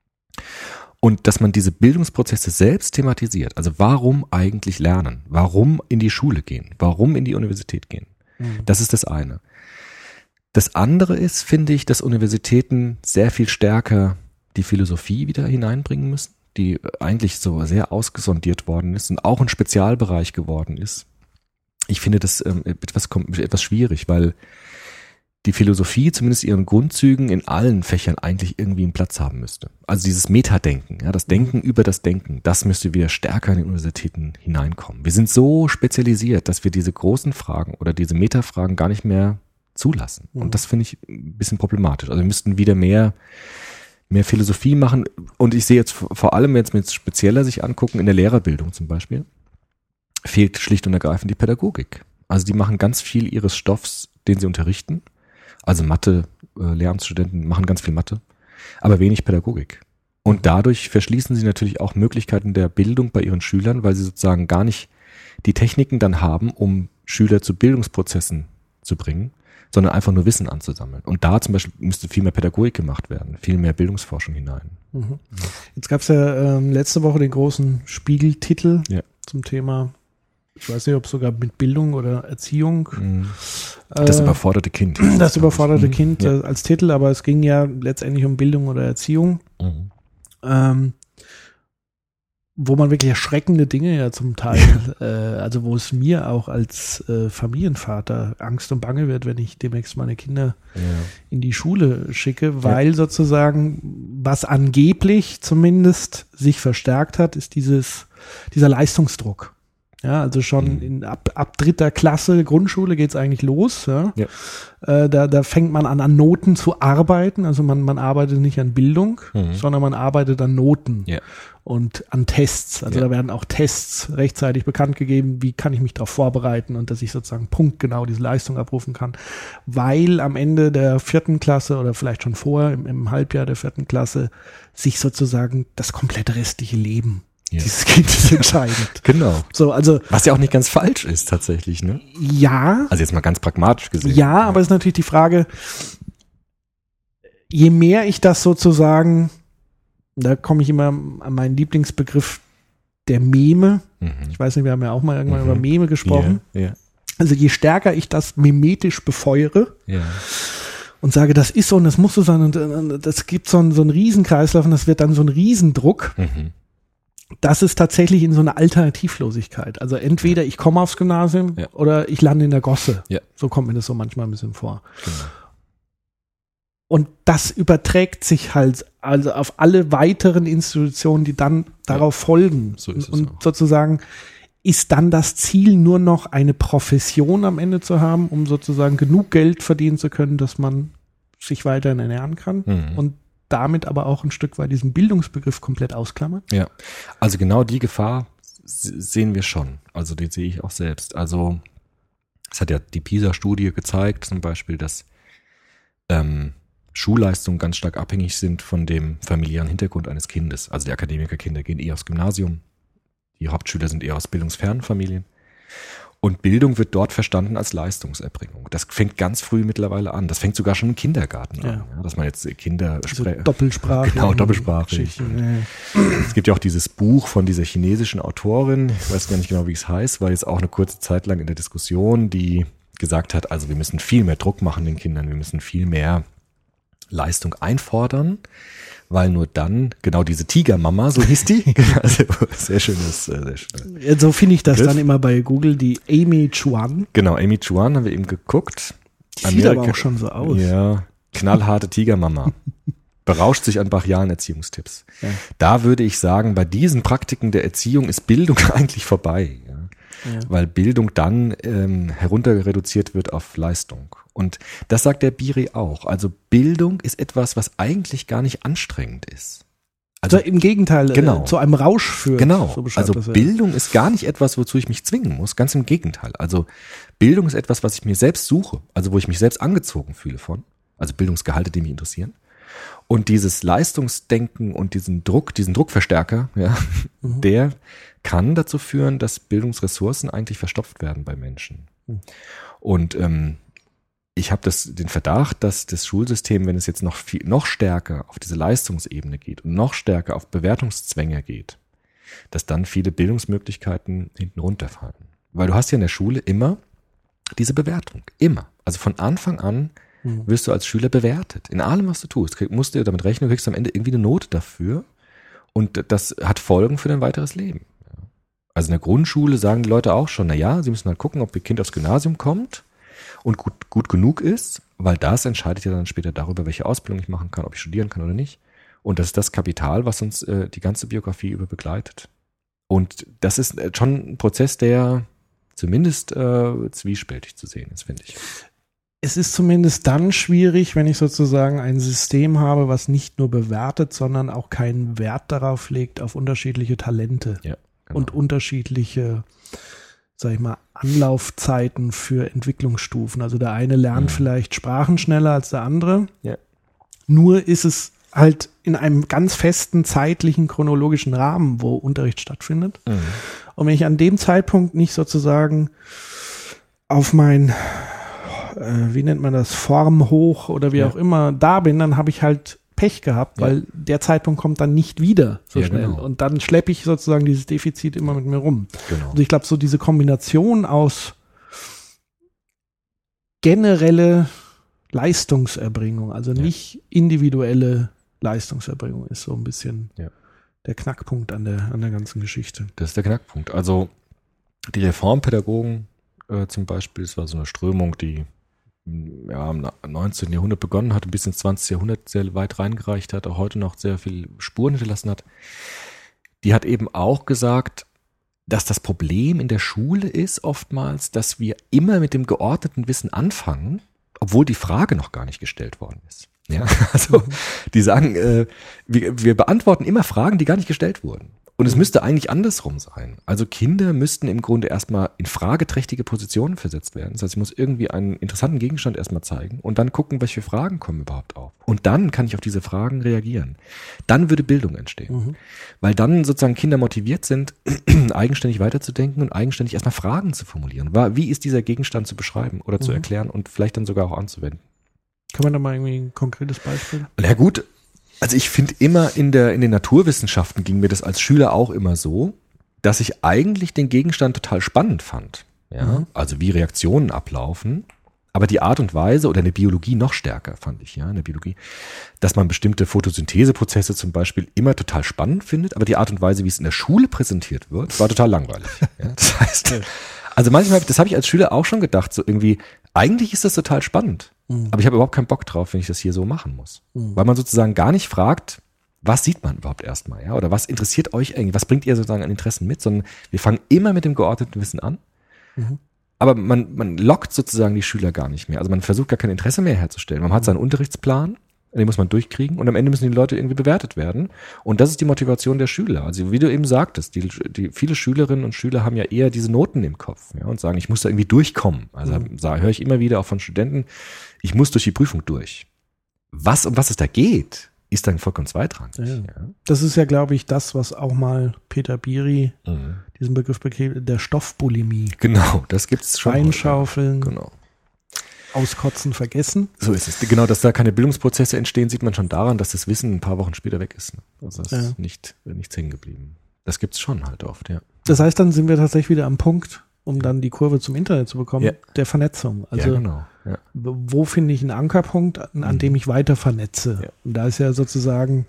Und dass man diese Bildungsprozesse selbst thematisiert. Also warum eigentlich lernen? Warum in die Schule gehen? Warum in die Universität gehen? Mhm. Das ist das eine. Das andere ist, finde ich, dass Universitäten sehr viel stärker die Philosophie wieder hineinbringen müssen, die eigentlich so sehr ausgesondiert worden ist und auch ein Spezialbereich geworden ist. Ich finde das ähm, etwas, etwas schwierig, weil die Philosophie zumindest ihren Grundzügen in allen Fächern eigentlich irgendwie einen Platz haben müsste. Also dieses Metadenken, ja, das Denken über das Denken, das müsste wieder stärker in die Universitäten hineinkommen. Wir sind so spezialisiert, dass wir diese großen Fragen oder diese Metafragen gar nicht mehr zulassen. Mhm. Und das finde ich ein bisschen problematisch. Also wir müssten wieder mehr mehr Philosophie machen, und ich sehe jetzt vor allem jetzt mit spezieller sich angucken, in der Lehrerbildung zum Beispiel, fehlt schlicht und ergreifend die Pädagogik. Also die machen ganz viel ihres Stoffs, den sie unterrichten, also Mathe, äh, Lehramtsstudenten machen ganz viel Mathe, aber wenig Pädagogik. Und dadurch verschließen sie natürlich auch Möglichkeiten der Bildung bei ihren Schülern, weil sie sozusagen gar nicht die Techniken dann haben, um Schüler zu Bildungsprozessen zu bringen, sondern einfach nur Wissen anzusammeln. Und da zum Beispiel müsste viel mehr Pädagogik gemacht werden, viel mehr Bildungsforschung hinein. Mhm. Jetzt gab es ja ähm, letzte Woche den großen Spiegeltitel ja. zum Thema ich weiß nicht, ob sogar mit Bildung oder Erziehung. Das äh, überforderte Kind. Das überforderte mhm. Kind ja. äh, als Titel, aber es ging ja letztendlich um Bildung oder Erziehung. Mhm. Ähm, wo man wirklich erschreckende Dinge ja zum Teil, äh, also wo es mir auch als äh, Familienvater Angst und Bange wird, wenn ich demnächst meine Kinder Ja. in die Schule schicke, weil ja. sozusagen, was angeblich zumindest sich verstärkt hat, ist dieses, dieser Leistungsdruck. Ja, also schon in, ab, ab dritter Klasse Grundschule geht's eigentlich los. Ja. Ja. Äh, da, da fängt man an, an Noten zu arbeiten. Also man, man arbeitet nicht an Bildung, mhm. sondern man arbeitet an Noten ja. und an Tests. Also ja. da werden auch Tests rechtzeitig bekannt gegeben, wie kann ich mich darauf vorbereiten und dass ich sozusagen punktgenau diese Leistung abrufen kann. Weil am Ende der vierten Klasse oder vielleicht schon vorher, im, im Halbjahr der vierten Klasse, sich sozusagen das komplette restliche Leben ja. dieses Kindes entscheidet. Genau. So, also, was ja auch nicht ganz falsch ist tatsächlich, ne? Ja. Also jetzt mal ganz pragmatisch gesehen. Ja, aber es ist natürlich die Frage, je mehr ich das sozusagen, da komme ich immer an meinen Lieblingsbegriff der Meme. Mhm. Ich weiß nicht, wir haben ja auch mal irgendwann mhm. über Meme gesprochen. Yeah, yeah. Also je stärker ich das mimetisch befeuere, yeah. und sage, das ist so und das muss so sein und, und das gibt so einen, so einen Riesenkreislauf und das wird dann so ein Riesendruck. Mhm. Das ist tatsächlich in so einer Alternativlosigkeit. Also entweder ich komme aufs Gymnasium ja. oder ich lande in der Gosse. Ja. So kommt mir das so manchmal ein bisschen vor. Genau. Und das überträgt sich halt also auf alle weiteren Institutionen, die dann darauf ja. folgen. So ist es und auch. sozusagen ist dann das Ziel, nur noch eine Profession am Ende zu haben, um sozusagen genug Geld verdienen zu können, dass man sich weiterhin ernähren kann. Mhm. Und damit aber auch ein Stück weit diesen Bildungsbegriff komplett ausklammern? Ja, also genau die Gefahr sehen wir schon. Also die sehe ich auch selbst. Also es hat ja die PISA-Studie gezeigt, zum Beispiel, dass ähm, Schulleistungen ganz stark abhängig sind von dem familiären Hintergrund eines Kindes. Also die Akademikerkinder gehen eher aufs Gymnasium, die Hauptschüler sind eher aus bildungsfernen Familien. Und Bildung wird dort verstanden als Leistungserbringung. Das fängt ganz früh mittlerweile an. Das fängt sogar schon im Kindergarten ja. an, ja, dass man jetzt Kinder so Doppelsprache. Genau, Doppelsprache. Ja. Es gibt ja auch dieses Buch von dieser chinesischen Autorin, ich weiß gar nicht genau, wie es heißt, war jetzt auch eine kurze Zeit lang in der Diskussion, die gesagt hat, also wir müssen viel mehr Druck machen den Kindern, wir müssen viel mehr Leistung einfordern, weil nur dann, genau diese Tigermama, so hieß die, also, sehr schönes, sehr schön. Ja, so finde ich das Griff. Dann immer bei Google, die Amy Chuan. Genau, Amy Chuan haben wir eben geguckt. Die Amerika, sieht aber auch schon so aus. Ja, knallharte Tigermama. Berauscht sich an brachialen Erziehungstipps. Ja. Da würde ich sagen, bei diesen Praktiken der Erziehung ist Bildung eigentlich vorbei. Ja. Ja. Weil Bildung dann ähm, herunter reduziert wird auf Leistung. Und das sagt der Biri auch. Also Bildung ist etwas, was eigentlich gar nicht anstrengend ist. Also, also im Gegenteil, genau. äh, zu einem Rausch führt. Genau, so also das, ja. Bildung ist gar nicht etwas, wozu ich mich zwingen muss. Ganz im Gegenteil. Also Bildung ist etwas, was ich mir selbst suche. Also wo ich mich selbst angezogen fühle von. Also Bildungsgehalte, die mich interessieren. Und dieses Leistungsdenken und diesen Druck, diesen Druckverstärker, ja, mhm. der kann dazu führen, dass Bildungsressourcen eigentlich verstopft werden bei Menschen. Mhm. Und ähm, ich habe das den Verdacht, dass das Schulsystem, wenn es jetzt noch viel, noch stärker auf diese Leistungsebene geht und noch stärker auf Bewertungszwänge geht, dass dann viele Bildungsmöglichkeiten hinten runterfallen. Weil du hast ja in der Schule immer diese Bewertung. Immer. Also von Anfang an wirst du als Schüler bewertet. In allem, was du tust. Musst du damit rechnen, du kriegst am Ende irgendwie eine Note dafür. Und das hat Folgen für dein weiteres Leben. Also in der Grundschule sagen die Leute auch schon, na ja, sie müssen halt gucken, ob ihr Kind aufs Gymnasium kommt und gut, gut genug ist, weil das entscheidet ja dann später darüber, welche Ausbildung ich machen kann, ob ich studieren kann oder nicht. Und das ist das Kapital, was uns äh, die ganze Biografie über begleitet. Und das ist schon ein Prozess, der zumindest äh, zwiespältig zu sehen ist, finde ich. Es ist zumindest dann schwierig, wenn ich sozusagen ein System habe, was nicht nur bewertet, sondern auch keinen Wert darauf legt, auf unterschiedliche Talente ja, genau. und unterschiedliche, sag ich mal, Anlaufzeiten für Entwicklungsstufen. Also der eine lernt mhm. vielleicht Sprachen schneller als der andere. Ja. Nur ist es halt in einem ganz festen zeitlichen, chronologischen Rahmen, wo Unterricht stattfindet. Mhm. Und wenn ich an dem Zeitpunkt nicht sozusagen auf mein wie nennt man das, Form hoch oder wie ja. auch immer da bin, dann habe ich halt Pech gehabt, Ja. weil der Zeitpunkt kommt dann nicht wieder so Ja, schnell. genau. Und dann schleppe ich sozusagen dieses Defizit immer mit mir rum. Genau. Also ich glaube, so diese Kombination aus generelle Leistungserbringung, also Ja. nicht individuelle Leistungserbringung, ist so ein bisschen Ja. der Knackpunkt an der, an der ganzen Geschichte. Das ist der Knackpunkt. Also die Reformpädagogen äh, zum Beispiel, es war so eine Strömung, die mh, ja, im neunzehnten Jahrhundert begonnen hat, bis ins zwanzigste Jahrhundert sehr weit reingereicht hat, auch heute noch sehr viel Spuren hinterlassen hat. Die hat eben auch gesagt, dass das Problem in der Schule ist oftmals, dass wir immer mit dem geordneten Wissen anfangen, obwohl die Frage noch gar nicht gestellt worden ist. Ja, also die sagen, äh, wir, wir beantworten immer Fragen, die gar nicht gestellt wurden. Und es müsste eigentlich andersrum sein. Also Kinder müssten im Grunde erstmal in frageträchtige Positionen versetzt werden. Das heißt, ich muss irgendwie einen interessanten Gegenstand erstmal zeigen und dann gucken, welche Fragen kommen überhaupt auf. Und dann kann ich auf diese Fragen reagieren. Dann würde Bildung entstehen. Mhm. Weil dann sozusagen Kinder motiviert sind, eigenständig weiterzudenken und eigenständig erstmal Fragen zu formulieren. Wie ist dieser Gegenstand zu beschreiben oder zu Mhm. erklären und vielleicht dann sogar auch anzuwenden? Kann man da mal irgendwie ein konkretes Beispiel? Na gut, also ich finde immer in der in den Naturwissenschaften ging mir das als Schüler auch immer so, dass ich eigentlich den Gegenstand total spannend fand. Ja, Mhm. also wie Reaktionen ablaufen, aber die Art und Weise oder in der Biologie noch stärker fand ich, ja, in der Biologie, dass man bestimmte Photosyntheseprozesse zum Beispiel immer total spannend findet, aber die Art und Weise, wie es in der Schule präsentiert wird, war total langweilig. Ja, das heißt, also manchmal, das habe ich als Schüler auch schon gedacht, so irgendwie, eigentlich ist das total spannend. Mhm. Aber ich habe überhaupt keinen Bock drauf, wenn ich das hier so machen muss. Mhm. Weil man sozusagen gar nicht fragt, was sieht man überhaupt erstmal, ja? Oder was interessiert euch eigentlich? Was bringt ihr sozusagen an Interessen mit? Sondern wir fangen immer mit dem geordneten Wissen an. Mhm. Aber man, man lockt sozusagen die Schüler gar nicht mehr. Also man versucht gar kein Interesse mehr herzustellen. Man hat seinen Unterrichtsplan, den muss man durchkriegen und am Ende müssen die Leute irgendwie bewertet werden. Und das ist die Motivation der Schüler. Also wie du eben sagtest, die, die viele Schülerinnen und Schüler haben ja eher diese Noten im Kopf, ja, und sagen, ich muss da irgendwie durchkommen. Also Mhm. da höre ich immer wieder auch von Studenten, ich muss durch die Prüfung durch. Was, um was es da geht, ist dann vollkommen zweitrangig. Ja. Ja. Das ist ja, glaube ich, das, was auch mal Peter Biri Mhm. diesen Begriff bekam, der Stoffbulimie. Genau, das gibt's schon. Reinschaufeln, Genau. auskotzen, vergessen. So ist es. Genau, dass da keine Bildungsprozesse entstehen, sieht man schon daran, dass das Wissen ein paar Wochen später weg ist. Also es Ja. ist nicht, nichts hängen geblieben. Das gibt's schon halt oft, ja. Das heißt, dann sind wir tatsächlich wieder am Punkt, um dann die Kurve zum Internet zu bekommen, Ja. der Vernetzung. Also ja, genau. Ja. wo finde ich einen Ankerpunkt, an, an Mhm. dem ich weiter vernetze? Ja. Und da ist ja sozusagen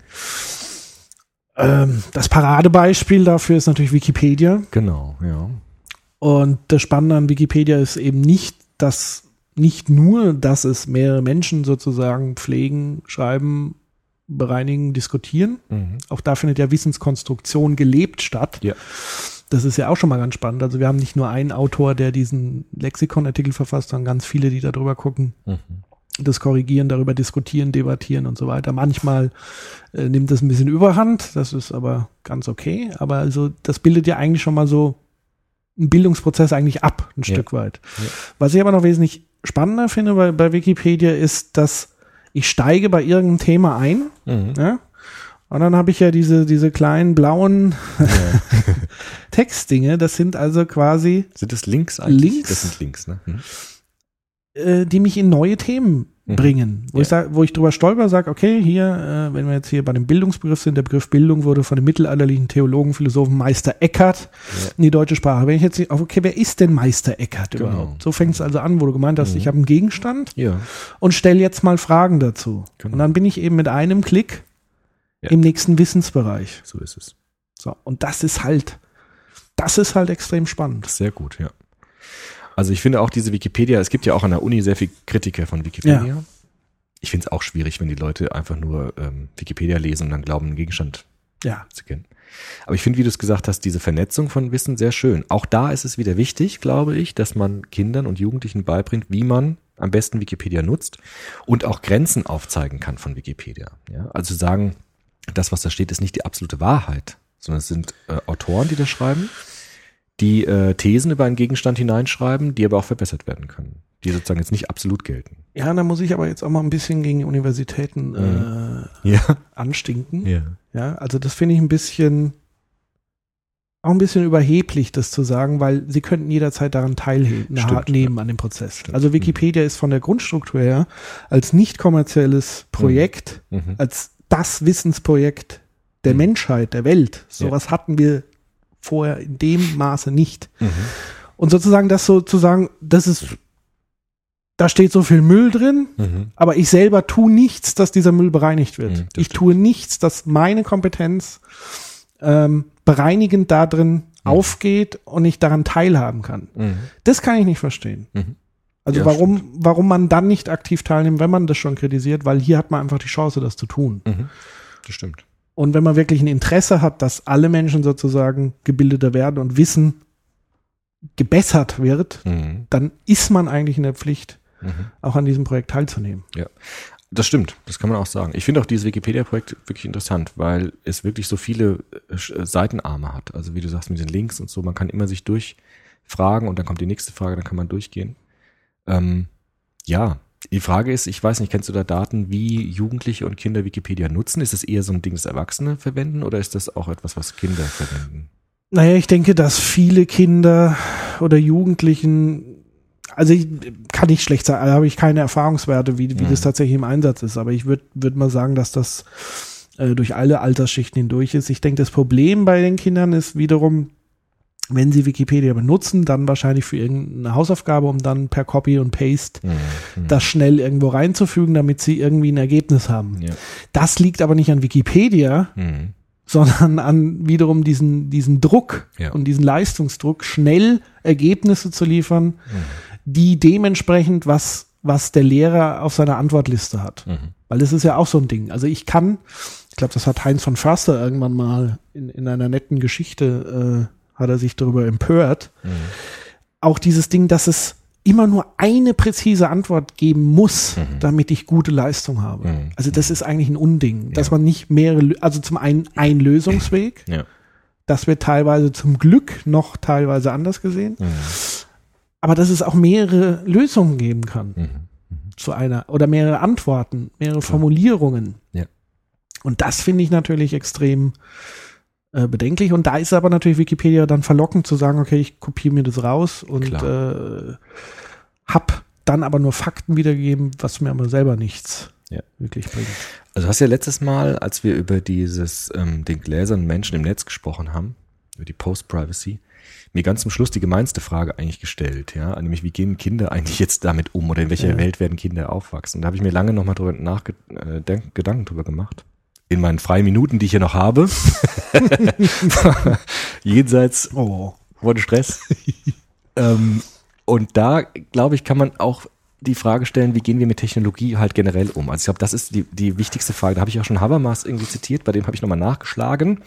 ähm, das Paradebeispiel dafür ist natürlich Wikipedia. Genau, ja. Und das Spannende an Wikipedia ist eben nicht, dass nicht nur, dass es mehrere Menschen sozusagen pflegen, schreiben, bereinigen, diskutieren. Mhm. Auch da findet ja Wissenskonstruktion gelebt statt. Ja. Das ist ja auch schon mal ganz spannend. Also wir haben nicht nur einen Autor, der diesen Lexikonartikel verfasst, sondern ganz viele, die da drüber gucken, Mhm. das korrigieren, darüber diskutieren, debattieren und so weiter. Manchmal äh, nimmt das ein bisschen Überhand, das ist aber ganz okay. Aber also das bildet ja eigentlich schon mal so einen Bildungsprozess eigentlich ab, ein Ja. Stück weit. Ja. Was ich aber noch wesentlich spannender finde bei, bei Wikipedia ist, dass ich steige bei irgendeinem Thema ein, Mhm. ja, und dann habe ich ja diese, diese kleinen blauen Ja. Textdinge, das sind also quasi, Sind das Links eigentlich? Links? Das sind Links, ne? Mhm. äh, die mich in neue Themen Mhm. bringen. Wo Ja. ich sag, wo ich drüber stolper, sage, okay, hier, äh, wenn wir jetzt hier bei dem Bildungsbegriff sind, der Begriff Bildung wurde von dem mittelalterlichen Theologen, Philosophen Meister Eckhart Ja. in die deutsche Sprache. Wenn ich jetzt, okay, wer ist denn Meister Eckhart Genau. überhaupt? So fängt es also an, wo du gemeint hast, Mhm. ich habe einen Gegenstand Ja. und stell jetzt mal Fragen dazu. Genau. Und dann bin ich eben mit einem Klick Ja. im nächsten Wissensbereich. So ist es. So, und das ist halt, das ist halt extrem spannend. Sehr gut, ja. Also ich finde auch diese Wikipedia, es gibt ja auch an der Uni sehr viel Kritiker von Wikipedia. Ja. Ich finde es auch schwierig, wenn die Leute einfach nur ähm, Wikipedia lesen und dann glauben, einen Gegenstand Ja. zu kennen. Aber ich finde, wie du es gesagt hast, diese Vernetzung von Wissen sehr schön. Auch da ist es wieder wichtig, glaube ich, dass man Kindern und Jugendlichen beibringt, wie man am besten Wikipedia nutzt und auch Grenzen aufzeigen kann von Wikipedia. Ja? Also sagen, das, was da steht, ist nicht die absolute Wahrheit, sondern es sind äh, Autoren, die das schreiben, die äh, Thesen über einen Gegenstand hineinschreiben, die aber auch verbessert werden können, die sozusagen jetzt nicht absolut gelten. Ja, da muss ich aber jetzt auch mal ein bisschen gegen die Universitäten äh, Ja. anstinken. Ja. Ja, also das finde ich ein bisschen, auch ein bisschen überheblich, das zu sagen, weil sie könnten jederzeit daran teilnehmen Stimmt, nehmen an dem Prozess. Stimmt. Also Wikipedia ist von der Grundstruktur her als nicht kommerzielles Projekt, Mhm. als das Wissensprojekt der mhm. Menschheit, der Welt. Sowas ja. hatten wir vorher in dem Maße nicht. Mhm. Und sozusagen das sozusagen, das ist, da steht so viel Müll drin, mhm. aber ich selber tue nichts, dass dieser Müll bereinigt wird. Mhm, ich stimmt. tue nichts, dass meine Kompetenz ähm, bereinigend da drin mhm. aufgeht und ich daran teilhaben kann. Mhm. Das kann ich nicht verstehen. Mhm. Also ja, warum, stimmt. warum man dann nicht aktiv teilnimmt, wenn man das schon kritisiert, weil hier hat man einfach die Chance, das zu tun. Mhm. Das stimmt. Und wenn man wirklich ein Interesse hat, dass alle Menschen sozusagen gebildeter werden und Wissen gebessert wird, mhm. dann ist man eigentlich in der Pflicht, mhm. auch an diesem Projekt teilzunehmen. Ja, das stimmt. Das kann man auch sagen. Ich finde auch dieses Wikipedia-Projekt wirklich interessant, weil es wirklich so viele Seitenarme hat. Also wie du sagst, mit den Links und so, man kann immer sich durchfragen und dann kommt die nächste Frage, dann kann man durchgehen. Ähm, ja, die Frage ist, ich weiß nicht, kennst du da Daten, wie Jugendliche und Kinder Wikipedia nutzen? Ist das eher so ein Ding, das Erwachsene verwenden oder ist das auch etwas, was Kinder verwenden? Naja, ich denke, dass viele Kinder oder Jugendlichen, also ich kann nicht schlecht sagen, da habe ich keine Erfahrungswerte, wie, wie mhm. das tatsächlich im Einsatz ist, aber ich würde würd mal sagen, dass das äh, durch alle Altersschichten hindurch ist. Ich denke, das Problem bei den Kindern ist wiederum, wenn sie Wikipedia benutzen, dann wahrscheinlich für irgendeine Hausaufgabe, um dann per Copy und Paste mhm. das schnell irgendwo reinzufügen, damit sie irgendwie ein Ergebnis haben. Ja. Das liegt aber nicht an Wikipedia, mhm. sondern an wiederum diesen, diesen Druck ja. und diesen Leistungsdruck, schnell Ergebnisse zu liefern, mhm. die dementsprechend, was, was der Lehrer auf seiner Antwortliste hat. Mhm. Weil das ist ja auch so ein Ding. Also ich kann, ich glaube, das hat Heinz von Förster irgendwann mal in, in einer netten Geschichte, äh, hat er sich darüber empört. Mhm. Auch dieses Ding, dass es immer nur eine präzise Antwort geben muss, mhm. damit ich gute Leistung habe. Mhm. Also das ist eigentlich ein Unding, dass ja. man nicht mehrere, also zum einen ein Lösungsweg, ja. das wird teilweise zum Glück noch teilweise anders gesehen, mhm. aber dass es auch mehrere Lösungen geben kann mhm. Mhm. zu einer, oder mehrere Antworten, mehrere Formulierungen. Ja. Und das finde ich natürlich extrem bedenklich. Und da ist aber natürlich Wikipedia dann verlockend zu sagen, okay, ich kopiere mir das raus und äh, hab dann aber nur Fakten wiedergegeben, was mir aber selber nichts ja. wirklich bringt. Also hast ja letztes Mal, als wir über dieses ähm, den gläsernen Menschen im Netz gesprochen haben, über die Post-Privacy, mir ganz zum Schluss die gemeinste Frage eigentlich gestellt, ja, nämlich wie gehen Kinder eigentlich jetzt damit um oder in welcher ja. Welt werden Kinder aufwachsen? Und da habe ich mir lange nochmal drüber nachge- äh, denk- Gedanken drüber gemacht. In meinen freien Minuten, die ich hier noch habe. Jenseits oh. von Stress. ähm, und da, glaube ich, kann man auch die Frage stellen, wie gehen wir mit Technologie halt generell um? Also ich glaube, das ist die, die wichtigste Frage. Da habe ich auch schon Habermas irgendwie zitiert, bei dem habe ich nochmal nachgeschlagen.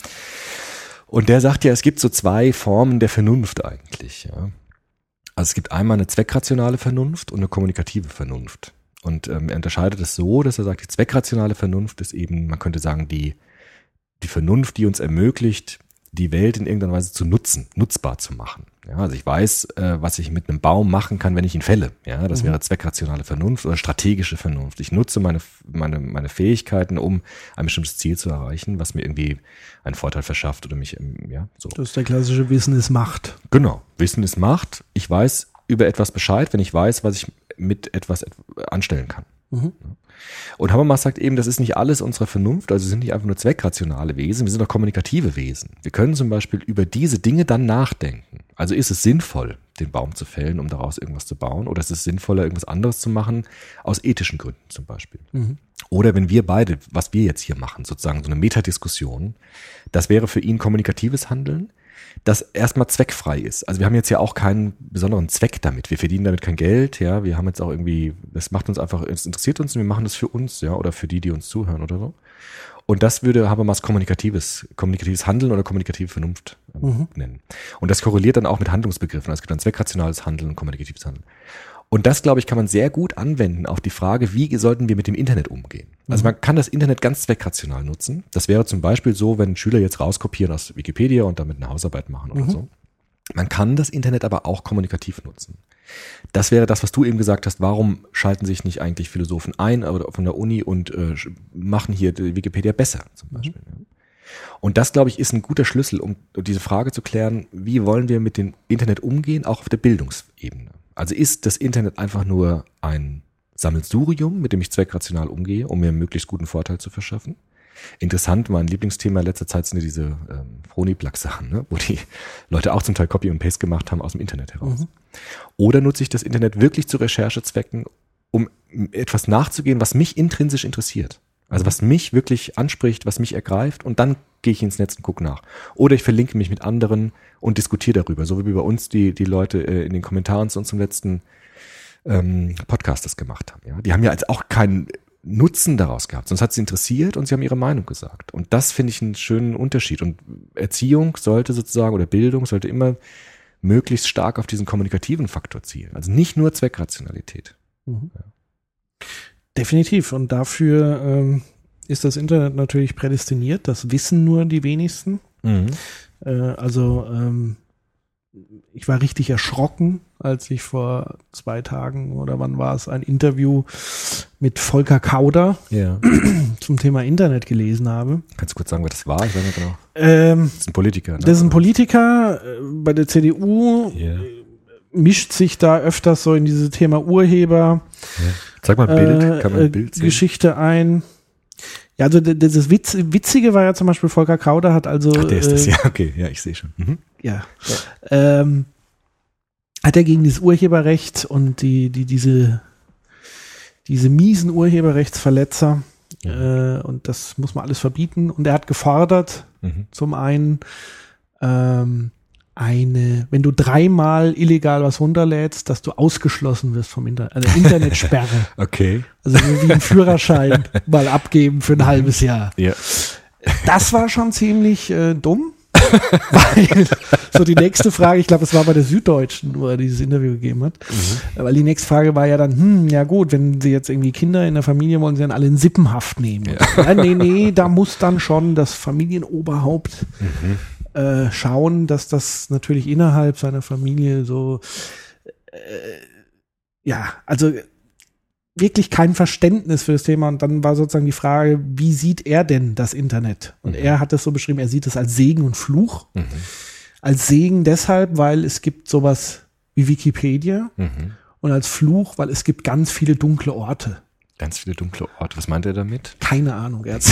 Und der sagt ja, es gibt so zwei Formen der Vernunft eigentlich. Ja. Also es gibt einmal eine zweckrationale Vernunft und eine kommunikative Vernunft. Und ähm, er unterscheidet es so, dass er sagt, die zweckrationale Vernunft ist eben, man könnte sagen, die, die Vernunft, die uns ermöglicht, die Welt in irgendeiner Weise zu nutzen, nutzbar zu machen. Ja, also ich weiß, äh, was ich mit einem Baum machen kann, wenn ich ihn fälle. Ja, das mhm. wäre zweckrationale Vernunft oder strategische Vernunft. Ich nutze meine, meine, meine Fähigkeiten, um ein bestimmtes Ziel zu erreichen, was mir irgendwie einen Vorteil verschafft oder mich, ja, so. Das ist der klassische Wissen ist Macht. Genau. Wissen ist Macht. Ich weiß über etwas Bescheid, wenn ich weiß, was ich mit etwas anstellen kann. Mhm. Und Habermas sagt eben, das ist nicht alles unsere Vernunft, also wir sind nicht einfach nur zweckrationale Wesen, wir sind auch kommunikative Wesen. Wir können zum Beispiel über diese Dinge dann nachdenken. Also ist es sinnvoll, den Baum zu fällen, um daraus irgendwas zu bauen, oder ist es sinnvoller, irgendwas anderes zu machen, aus ethischen Gründen zum Beispiel. Mhm. Oder wenn wir beide, was wir jetzt hier machen, sozusagen so eine Metadiskussion, das wäre für ihn kommunikatives Handeln, das erstmal zweckfrei ist. Also wir haben jetzt ja auch keinen besonderen Zweck damit. Wir verdienen damit kein Geld, ja. Wir haben jetzt auch irgendwie, das macht uns einfach, es interessiert uns und wir machen das für uns, ja, oder für die, die uns zuhören oder so. Und das würde Habermas kommunikatives, kommunikatives Handeln oder kommunikative Vernunft ähm, mhm. nennen. Und das korreliert dann auch mit Handlungsbegriffen. Also es gibt dann zweckrationales Handeln und kommunikatives Handeln. Und das, glaube ich, kann man sehr gut anwenden auf die Frage, wie sollten wir mit dem Internet umgehen? Also man kann das Internet ganz zweckrational nutzen. Das wäre zum Beispiel so, wenn Schüler jetzt rauskopieren aus Wikipedia und damit eine Hausarbeit machen oder mhm. so. Man kann das Internet aber auch kommunikativ nutzen. Das wäre das, was du eben gesagt hast. Warum schalten sich nicht eigentlich Philosophen ein oder von der Uni und äh, machen hier die Wikipedia besser zum Beispiel? Mhm. Und das, glaube ich, ist ein guter Schlüssel, um diese Frage zu klären, wie wollen wir mit dem Internet umgehen, auch auf der Bildungsebene. Also ist das Internet einfach nur ein Sammelsurium, mit dem ich zweckrational umgehe, um mir einen möglichst guten Vorteil zu verschaffen? Interessant, mein Lieblingsthema in letzter Zeit sind ja diese ähm, Froni-Plug-Sachen, ne? Wo die Leute auch zum Teil Copy und Paste gemacht haben aus dem Internet heraus. Mhm. Oder nutze ich das Internet wirklich zu Recherchezwecken, um etwas nachzugehen, was mich intrinsisch interessiert. Also was mich wirklich anspricht, was mich ergreift, und dann gehe ich ins Netz und gucke nach. Oder ich verlinke mich mit anderen und diskutiere darüber, so wie bei uns die die Leute äh, in den Kommentaren zu unserem letzten ähm, Podcast das gemacht haben. Ja? Die haben ja als auch keinen Nutzen daraus gehabt, sonst hat sie interessiert und sie haben ihre Meinung gesagt. Und das finde ich einen schönen Unterschied. Und Erziehung sollte sozusagen, oder Bildung sollte immer möglichst stark auf diesen kommunikativen Faktor zielen. Also nicht nur Zweckrationalität. Mhm. Ja. Definitiv. Und dafür ähm, ist das Internet natürlich prädestiniert. Das wissen nur die wenigsten. Mhm. Äh, also ähm, ich war richtig erschrocken, als ich vor zwei Tagen oder wann war es, ein Interview mit Volker Kauder ja. zum Thema Internet gelesen habe. Kannst du kurz sagen, wer das war? Ich weiß nicht genau. Ähm, das ist ein Politiker. Ne? Das ist ein Politiker äh, bei der C D U. Yeah. Mischt sich da öfters so in dieses Thema Urheber. Ja. Sag mal Bild, äh, kann man ein Bild sehen? Geschichte ein. Ja, also das Witz, Witzige war ja zum Beispiel, Volker Kauder hat also. Ach, der ist das, ja, okay, ja, ich sehe schon. Mhm. Ja. ja. Ähm, hat er gegen das Urheberrecht und die, die, diese, diese miesen Urheberrechtsverletzer, ja. äh, und das muss man alles verbieten. Und er hat gefordert, mhm. zum einen, ähm, eine, wenn du dreimal illegal was runterlädst, dass du ausgeschlossen wirst vom Internet, also Internetsperre. Okay. Also wie ein Führerschein mal abgeben für ein halbes Jahr. Ja. Das war schon ziemlich äh, dumm, weil so die nächste Frage, ich glaube, es war bei der Süddeutschen, wo er dieses Interview gegeben hat, mhm. weil die nächste Frage war ja dann, hm, ja gut, wenn sie jetzt irgendwie Kinder in der Familie wollen, sie dann alle in Sippenhaft nehmen. Ja. Ja, nee, nee, da muss dann schon das Familienoberhaupt mhm. Äh, schauen, dass das natürlich innerhalb seiner Familie so äh, ja, also wirklich kein Verständnis für das Thema. Und dann war sozusagen die Frage, wie sieht er denn das Internet? Und mhm. er hat das so beschrieben, er sieht es als Segen und Fluch. Mhm. Als Segen deshalb, weil es gibt sowas wie Wikipedia, mhm. und als Fluch, weil es gibt ganz viele dunkle Orte. Ganz viele dunkle Orte. Was meint er damit? Keine Ahnung. Er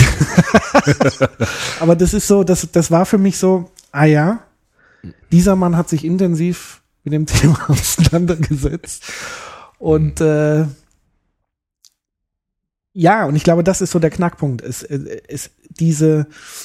Aber das ist so, das, das war für mich so, ah ja, dieser Mann hat sich intensiv mit dem Thema auseinandergesetzt. Und äh, ja, und ich glaube, das ist so der Knackpunkt. Es ist diese,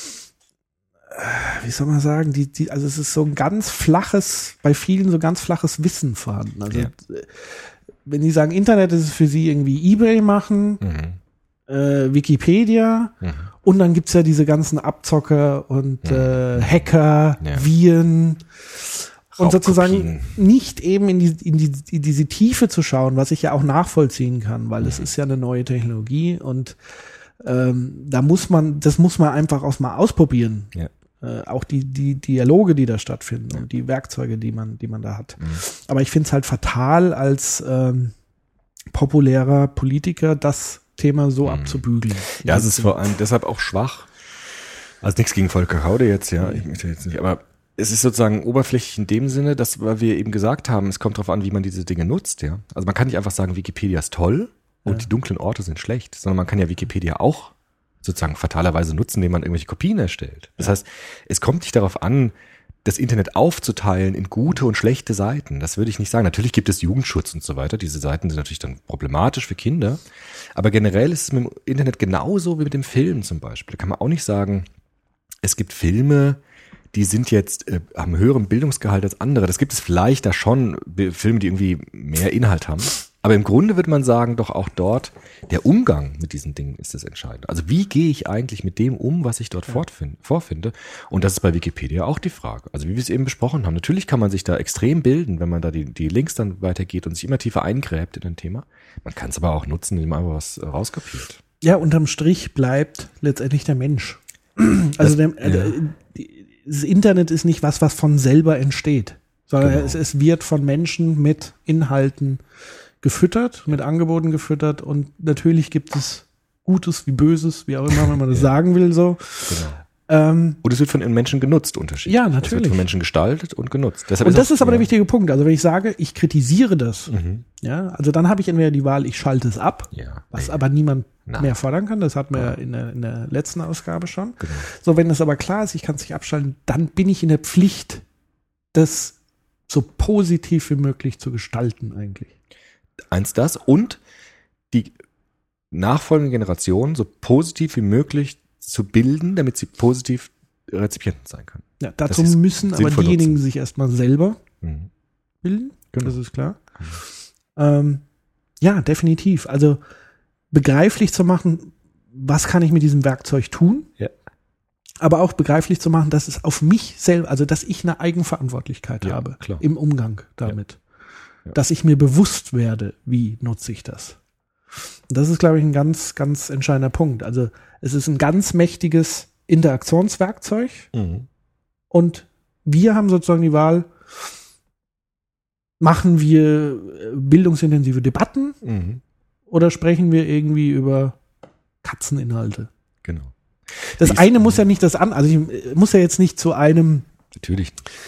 wie soll man sagen, die, die, also es ist so ein ganz flaches, bei vielen so ganz flaches Wissen vorhanden. Also ja. Wenn die sagen, Internet ist es für sie irgendwie eBay machen, mhm. äh, Wikipedia, mhm. und dann gibt's ja diese ganzen Abzocker und mhm. äh, Hacker, ja. Viren, und sozusagen nicht eben in, die, in, die, in diese Tiefe zu schauen, was ich ja auch nachvollziehen kann, weil mhm. es ist ja eine neue Technologie, und ähm, da muss man, das muss man einfach auch mal ausprobieren. Ja. Äh, auch die, die Dialoge, die da stattfinden, ja. und die Werkzeuge, die man, die man da hat. Mhm. Aber ich finde es halt fatal, als ähm, populärer Politiker das Thema so mhm. abzubügeln. Ja, es ist vor allem deshalb auch schwach. Also nichts gegen Volker Kauder jetzt, ja, ich möchte jetzt nicht, aber es ist sozusagen oberflächlich in dem Sinne, dass wir eben gesagt haben, es kommt darauf an, wie man diese Dinge nutzt, ja. Also man kann nicht einfach sagen, Wikipedia ist toll und ja. die dunklen Orte sind schlecht, sondern man kann ja Wikipedia auch sozusagen fatalerweise nutzen, indem man irgendwelche Kopien erstellt. Das ja. heißt, es kommt nicht darauf an, das Internet aufzuteilen in gute und schlechte Seiten. Das würde ich nicht sagen. Natürlich gibt es Jugendschutz und so weiter. Diese Seiten sind natürlich dann problematisch für Kinder. Aber generell ist es mit dem Internet genauso wie mit dem Film zum Beispiel. Da kann man auch nicht sagen, es gibt Filme, die sind jetzt, äh, haben höheren Bildungsgehalt als andere. Das gibt es vielleicht da schon, Filme, die irgendwie mehr Inhalt haben. Aber im Grunde würde man sagen, doch auch dort, der Umgang mit diesen Dingen ist das Entscheidende. Also wie gehe ich eigentlich mit dem um, was ich dort ja. vorfinde? Und das ist bei Wikipedia auch die Frage. Also wie wir es eben besprochen haben, natürlich kann man sich da extrem bilden, wenn man da die, die Links dann weitergeht und sich immer tiefer eingräbt in ein Thema. Man kann es aber auch nutzen, indem man einfach was rauskopiert. Ja, unterm Strich bleibt letztendlich der Mensch. Also das, der, ja. das Internet ist nicht was, was von selber entsteht, sondern genau. es, es wird von Menschen mit Inhalten gefüttert, mit Angeboten gefüttert, und natürlich gibt es Gutes wie Böses, wie auch immer, wenn man das ja. sagen will, so. Genau. Ähm, und es wird von den Menschen genutzt, unterschiedlich. Ja, Es wird natürlich. von Menschen gestaltet und genutzt. Deshalb Und das auch- ist aber ja. der wichtige Punkt. Also wenn ich sage, ich kritisiere das, Mhm. ja, also dann habe ich entweder die Wahl, ich schalte es ab, Ja. was Nee. aber niemand Nein. mehr fordern kann. Das hatten wir in der, in der letzten Ausgabe schon. Genau. So, wenn es aber klar ist, ich kann es nicht abschalten, dann bin ich in der Pflicht, das so positiv wie möglich zu gestalten eigentlich. Eins das und die nachfolgenden Generationen so positiv wie möglich zu bilden, damit sie positiv Rezipienten sein können. Ja, dazu Das ist müssen aber sinnvoll diejenigen nutzen. sich erstmal selber Mhm. bilden. Genau. Das ist klar. Ähm, ja, definitiv. Also begreiflich zu machen, was kann ich mit diesem Werkzeug tun? Ja. Aber auch begreiflich zu machen, dass es auf mich selber, also dass ich eine Eigenverantwortlichkeit Ja, habe klar. im Umgang damit. Ja. Dass ich mir bewusst werde, wie nutze ich das. Und das ist, glaube ich, ein ganz, ganz entscheidender Punkt. Also es ist ein ganz mächtiges Interaktionswerkzeug Mhm. und wir haben sozusagen die Wahl, machen wir äh, bildungsintensive Debatten Mhm. oder sprechen wir irgendwie über Katzeninhalte? Genau. Das Wie ist- eine muss ja nicht das an, also ich äh, muss ja jetzt nicht zu einem Natürlich.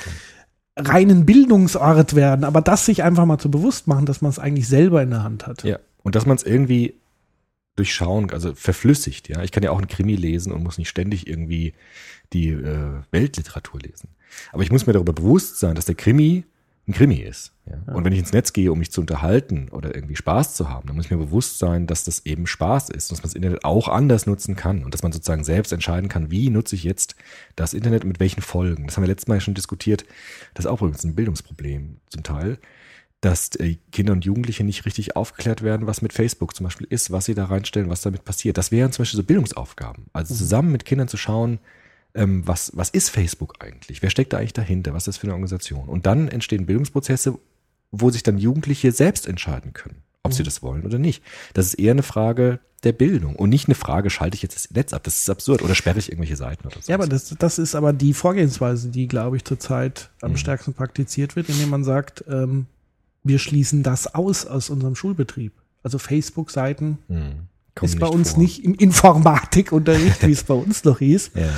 reinen Bildungsort werden, aber das sich einfach mal zu bewusst machen, dass man es eigentlich selber in der Hand hat. Ja. Und dass man es irgendwie durchschauen, also verflüssigt, ja. Ich kann ja auch einen Krimi lesen und muss nicht ständig irgendwie die äh, Weltliteratur lesen. Aber ich muss mir darüber bewusst sein, dass der Krimi ein Krimi ist. Ja? Ja. Und wenn ich ins Netz gehe, um mich zu unterhalten oder irgendwie Spaß zu haben, dann muss ich mir bewusst sein, dass das eben Spaß ist und dass man das Internet auch anders nutzen kann und dass man sozusagen selbst entscheiden kann, wie nutze ich jetzt das Internet und mit welchen Folgen. Das haben wir letztes Mal schon diskutiert. Das ist auch übrigens ein Bildungsproblem zum Teil, dass äh, Kinder und Jugendliche nicht richtig aufgeklärt werden, was mit Facebook zum Beispiel ist, was sie da reinstellen, was damit passiert. Das wären zum Beispiel so Bildungsaufgaben. Also zusammen mit Kindern zu schauen, ähm, was, was ist Facebook eigentlich? Wer steckt da eigentlich dahinter? Was ist das für eine Organisation? Und dann entstehen Bildungsprozesse, wo sich dann Jugendliche selbst entscheiden können, ob sie das wollen oder nicht. Das ist eher eine Frage der Bildung und nicht eine Frage, schalte ich jetzt das Netz ab? Das ist absurd. Oder sperre ich irgendwelche Seiten oder so. Ja, aber das, das ist aber die Vorgehensweise, die, glaube ich, zurzeit am Mhm. stärksten praktiziert wird, indem man sagt, ähm, wir schließen das aus aus unserem Schulbetrieb. Also Facebook-Seiten Hm. Kommen ist bei uns vor. nicht im Informatikunterricht, wie es bei uns noch hieß, Ja.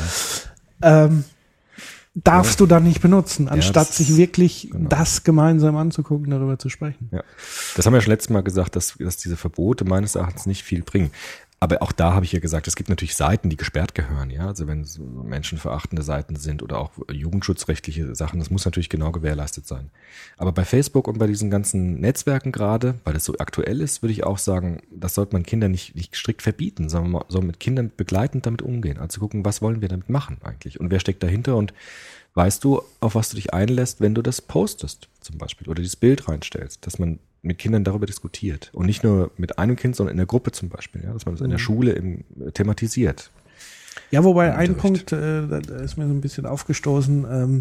ähm, darfst du dann nicht benutzen, anstatt das- sich wirklich genau. das gemeinsam anzugucken, darüber zu sprechen. Ja. Das haben wir schon letztes Mal gesagt, dass, dass diese Verbote meines Erachtens nicht viel bringen. Aber auch da habe ich ja gesagt, es gibt natürlich Seiten, die gesperrt gehören, ja. Also wenn es so menschenverachtende Seiten sind oder auch jugendschutzrechtliche Sachen, das muss natürlich genau gewährleistet sein. Aber bei Facebook und bei diesen ganzen Netzwerken gerade, weil das so aktuell ist, würde ich auch sagen, das sollte man Kindern nicht, nicht strikt verbieten, sondern man soll mit Kindern begleitend damit umgehen. Also gucken, was wollen wir damit machen eigentlich und wer steckt dahinter und weißt du, auf was du dich einlässt, wenn du das postest zum Beispiel oder dieses Bild reinstellst, dass man mit Kindern darüber diskutiert und nicht nur mit einem Kind, sondern in der Gruppe zum Beispiel, ja, dass man das in der Mhm. Schule eben thematisiert. Ja, wobei Im ein Unterricht. Punkt, äh, da, da ist mir so ein bisschen aufgestoßen, ähm,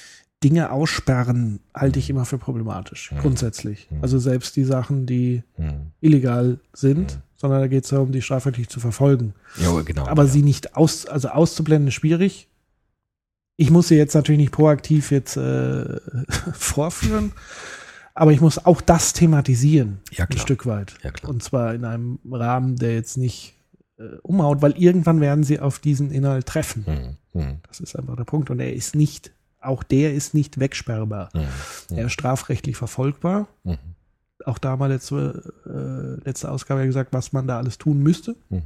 Dinge aussperren halte ich immer für problematisch, Mhm. grundsätzlich. Mhm. Also selbst die Sachen, die Hm. illegal sind, Mhm. sondern da geht es darum, die strafrechtlich zu verfolgen. Ja, genau. Aber ja. sie nicht aus, also auszublenden, ist schwierig. Ich muss sie jetzt natürlich nicht proaktiv jetzt äh, vorführen, aber ich muss auch das thematisieren, Ja, ein klar. Stück weit. Ja, klar. Und zwar in einem Rahmen, der jetzt nicht äh, umhaut, weil irgendwann werden sie auf diesen Inhalt treffen. Hm. Hm. Das ist einfach der Punkt. Und er ist nicht, auch der ist nicht wegsperrbar. Hm. Er ist strafrechtlich verfolgbar. Hm. Auch da mal letzte, äh, letzte Ausgabe ja gesagt, was man da alles tun müsste. Hm.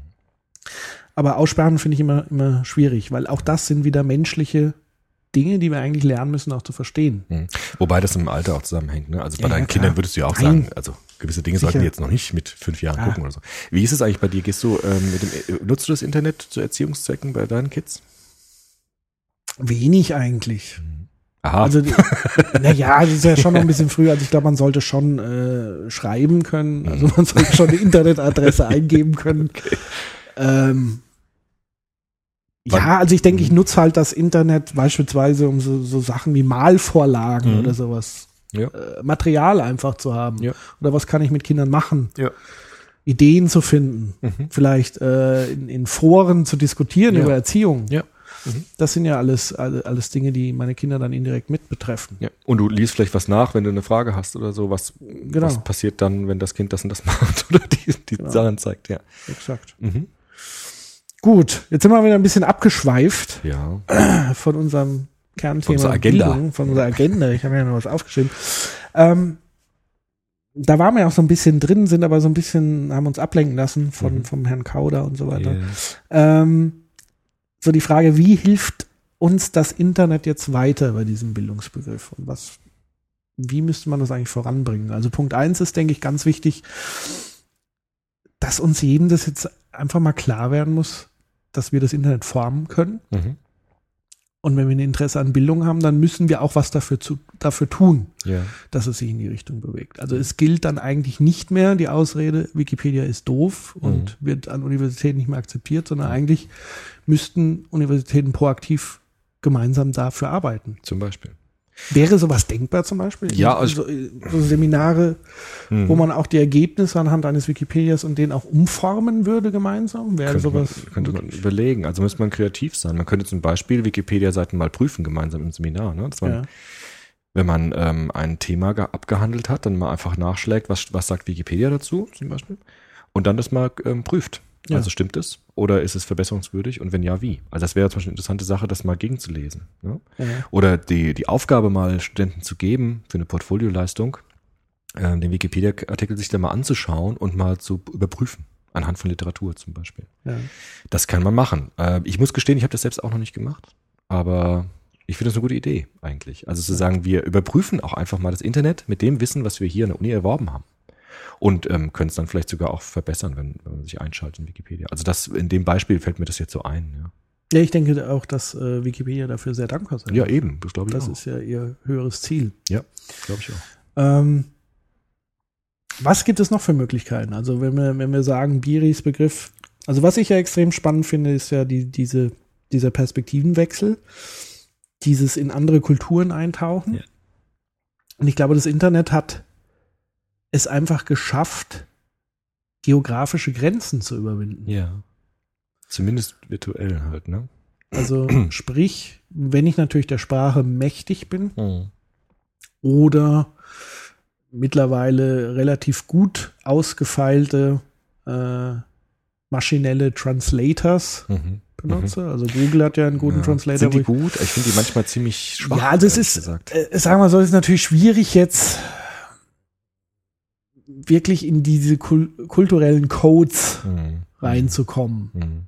Aber aussperren finde ich immer, immer schwierig, weil auch das sind wieder menschliche Dinge, die wir eigentlich lernen müssen, auch zu verstehen. Hm. Wobei das im Alter auch zusammenhängt. Ne? Also bei Ja, ja, deinen klar. Kindern würdest du ja auch Nein. sagen, also gewisse Dinge Sicher. sollten die jetzt noch nicht mit fünf Jahren Ah. gucken oder so. Wie ist es eigentlich bei dir? Gehst du ähm, mit dem, äh, nutzt du das Internet zu Erziehungszwecken bei deinen Kids? Wenig eigentlich. Aha. Also, naja, das ist ja schon noch ein bisschen früher. Also ich glaube, man sollte schon äh, schreiben können. Also man sollte schon eine Internetadresse eingeben können. Ähm, ja, also ich denke, ich nutze halt das Internet beispielsweise, um so, so Sachen wie Malvorlagen Mhm. oder sowas, Ja. äh, Material einfach zu haben. Ja. Oder was kann ich mit Kindern machen? Ja. Ideen zu finden. Mhm. Vielleicht äh, in, in Foren zu diskutieren Ja. über Erziehung. Ja. Mhm. Das sind ja alles, alle- alles Dinge, die meine Kinder dann indirekt mit betreffen. Ja. Und du liest vielleicht was nach, wenn du eine Frage hast oder so, was, Genau. was passiert dann, wenn das Kind das und das macht oder die, die Genau. Sachen zeigt, ja. Exakt. Mhm. Gut, jetzt sind wir wieder ein bisschen abgeschweift Ja. von unserem Kernthema. Von unserer Agenda. Bildung, von unserer Agenda. Ich habe ja noch was aufgeschrieben. Ähm, da waren wir auch so ein bisschen drin, sind aber so ein bisschen, haben uns ablenken lassen von, Mhm. vom Herrn Kauder und so weiter. Yeah. Ähm, so die Frage, wie hilft uns das Internet jetzt weiter bei diesem Bildungsbegriff? Und was, wie müsste man das eigentlich voranbringen? Also Punkt eins ist, denke ich, ganz wichtig, dass uns jedem das jetzt einfach mal klar werden muss, dass wir das Internet formen können. Mhm. Und wenn wir ein Interesse an Bildung haben, dann müssen wir auch was dafür, zu, dafür tun, Ja. dass es sich in die Richtung bewegt. Also es gilt dann eigentlich nicht mehr die Ausrede, Wikipedia ist doof und Mhm. wird an Universitäten nicht mehr akzeptiert, sondern eigentlich müssten Universitäten proaktiv gemeinsam dafür arbeiten. Zum Beispiel. Wäre sowas denkbar zum Beispiel? Ja, also- so, so Seminare, Mhm. wo man auch die Ergebnisse anhand eines Wikipedias und den auch umformen würde gemeinsam? Wäre Könnte, man, sowas könnte man möglich? überlegen. Also müsste man kreativ sein. Man könnte zum Beispiel Wikipedia-Seiten mal prüfen, gemeinsam im Seminar. Ne? Dass man, Ja. wenn man ähm, ein Thema ge- abgehandelt hat, dann mal einfach nachschlägt, was, was sagt Wikipedia dazu zum Beispiel. Und dann das mal ähm, prüft. Ja. Also stimmt es? Oder ist es verbesserungswürdig? Und wenn ja, wie? Also das wäre zum Beispiel eine interessante Sache, das mal gegenzulesen. Ne? Ja. Oder die, die Aufgabe mal Studenten zu geben für eine Portfolioleistung, äh, den Wikipedia-Artikel sich dann mal anzuschauen und mal zu überprüfen. Anhand von Literatur zum Beispiel. Ja. Das kann man machen. Äh, ich muss gestehen, ich habe das selbst auch noch nicht gemacht. Aber ich finde das eine gute Idee eigentlich. Also zu sagen, wir überprüfen auch einfach mal das Internet mit dem Wissen, was wir hier an der Uni erworben haben. Und ähm, können es dann vielleicht sogar auch verbessern, wenn, wenn man sich einschaltet in Wikipedia. Also das in dem Beispiel fällt mir das jetzt so ein. Ja, Ja, ich denke auch, dass äh, Wikipedia dafür sehr dankbar sein ja wird. eben, das glaube ich Das auch. ist ja ihr höheres Ziel. Ja, glaube ich auch. Ähm, was gibt es noch für Möglichkeiten? Also wenn wir, wenn wir sagen, Biris Begriff, also was ich ja extrem spannend finde, ist ja die, diese, dieser Perspektivenwechsel, dieses in andere Kulturen eintauchen. Ja. Und ich glaube, das Internet hat es einfach geschafft, geografische Grenzen zu überwinden. Ja. Zumindest virtuell halt, ne? Also sprich, wenn ich natürlich der Sprache mächtig bin Mhm. oder mittlerweile relativ gut ausgefeilte äh, maschinelle Translators Mhm. benutze. Also Google hat ja einen guten Ja. Translator. Sind wo die ich- gut? Ich finde die manchmal ziemlich schwach. Ja, das ehrlich ist, gesagt. äh, sagen wir so, ist natürlich schwierig jetzt wirklich in diese kul kulturellen Codes Mhm. reinzukommen. Mhm.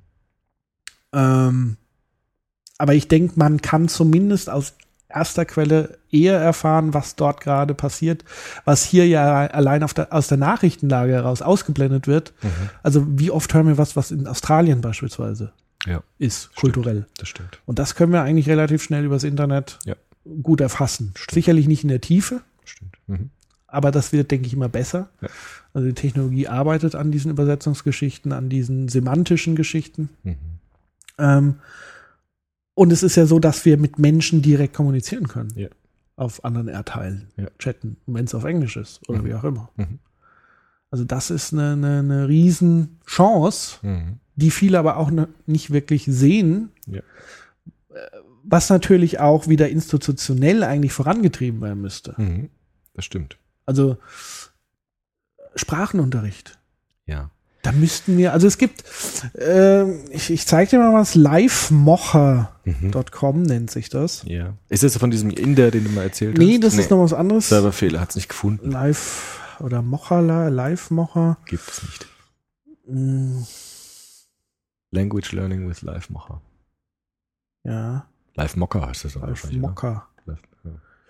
Ähm, aber ich denke, man kann zumindest aus erster Quelle eher erfahren, was dort gerade passiert, was hier ja allein auf der, aus der Nachrichtenlage heraus ausgeblendet wird. Mhm. Also wie oft hören wir was, was in Australien beispielsweise Ja, ist, kulturell. das stimmt. Und das können wir eigentlich relativ schnell übers Internet Ja. gut erfassen. Stimmt. Sicherlich nicht in der Tiefe, Stimmt. Mhm. aber das wird, denke ich, immer besser. Ja. Also die Technologie arbeitet an diesen Übersetzungsgeschichten, an diesen semantischen Geschichten. Mhm. Ähm, und es ist ja so, dass wir mit Menschen direkt kommunizieren können. Ja. Auf anderen Erdteilen. Ja. Chatten. Wenn es auf Englisch ist oder Mhm. wie auch immer. Mhm. Also das ist eine, eine, eine Riesenchance, Mhm. die viele aber auch ne, nicht wirklich sehen. Ja. Was natürlich auch wieder institutionell eigentlich vorangetrieben werden müsste. Mhm. Das stimmt. Also Sprachenunterricht. Ja. Da müssten wir, also es gibt, äh, ich, ich zeige dir mal was, livemocher Punkt com Mhm. nennt sich das. Ja. Ist das von diesem Inder, den du mal erzählt Nee, hast? das ist noch was anderes. Serverfehler, hat es nicht gefunden. Live oder Mocher, Live-Mocher. Gibt es nicht. Mm, Language Learning with LiveMocher. ja, LiveMocker heißt das dann wahrscheinlich. oder? Live-Mocker. Live, ja.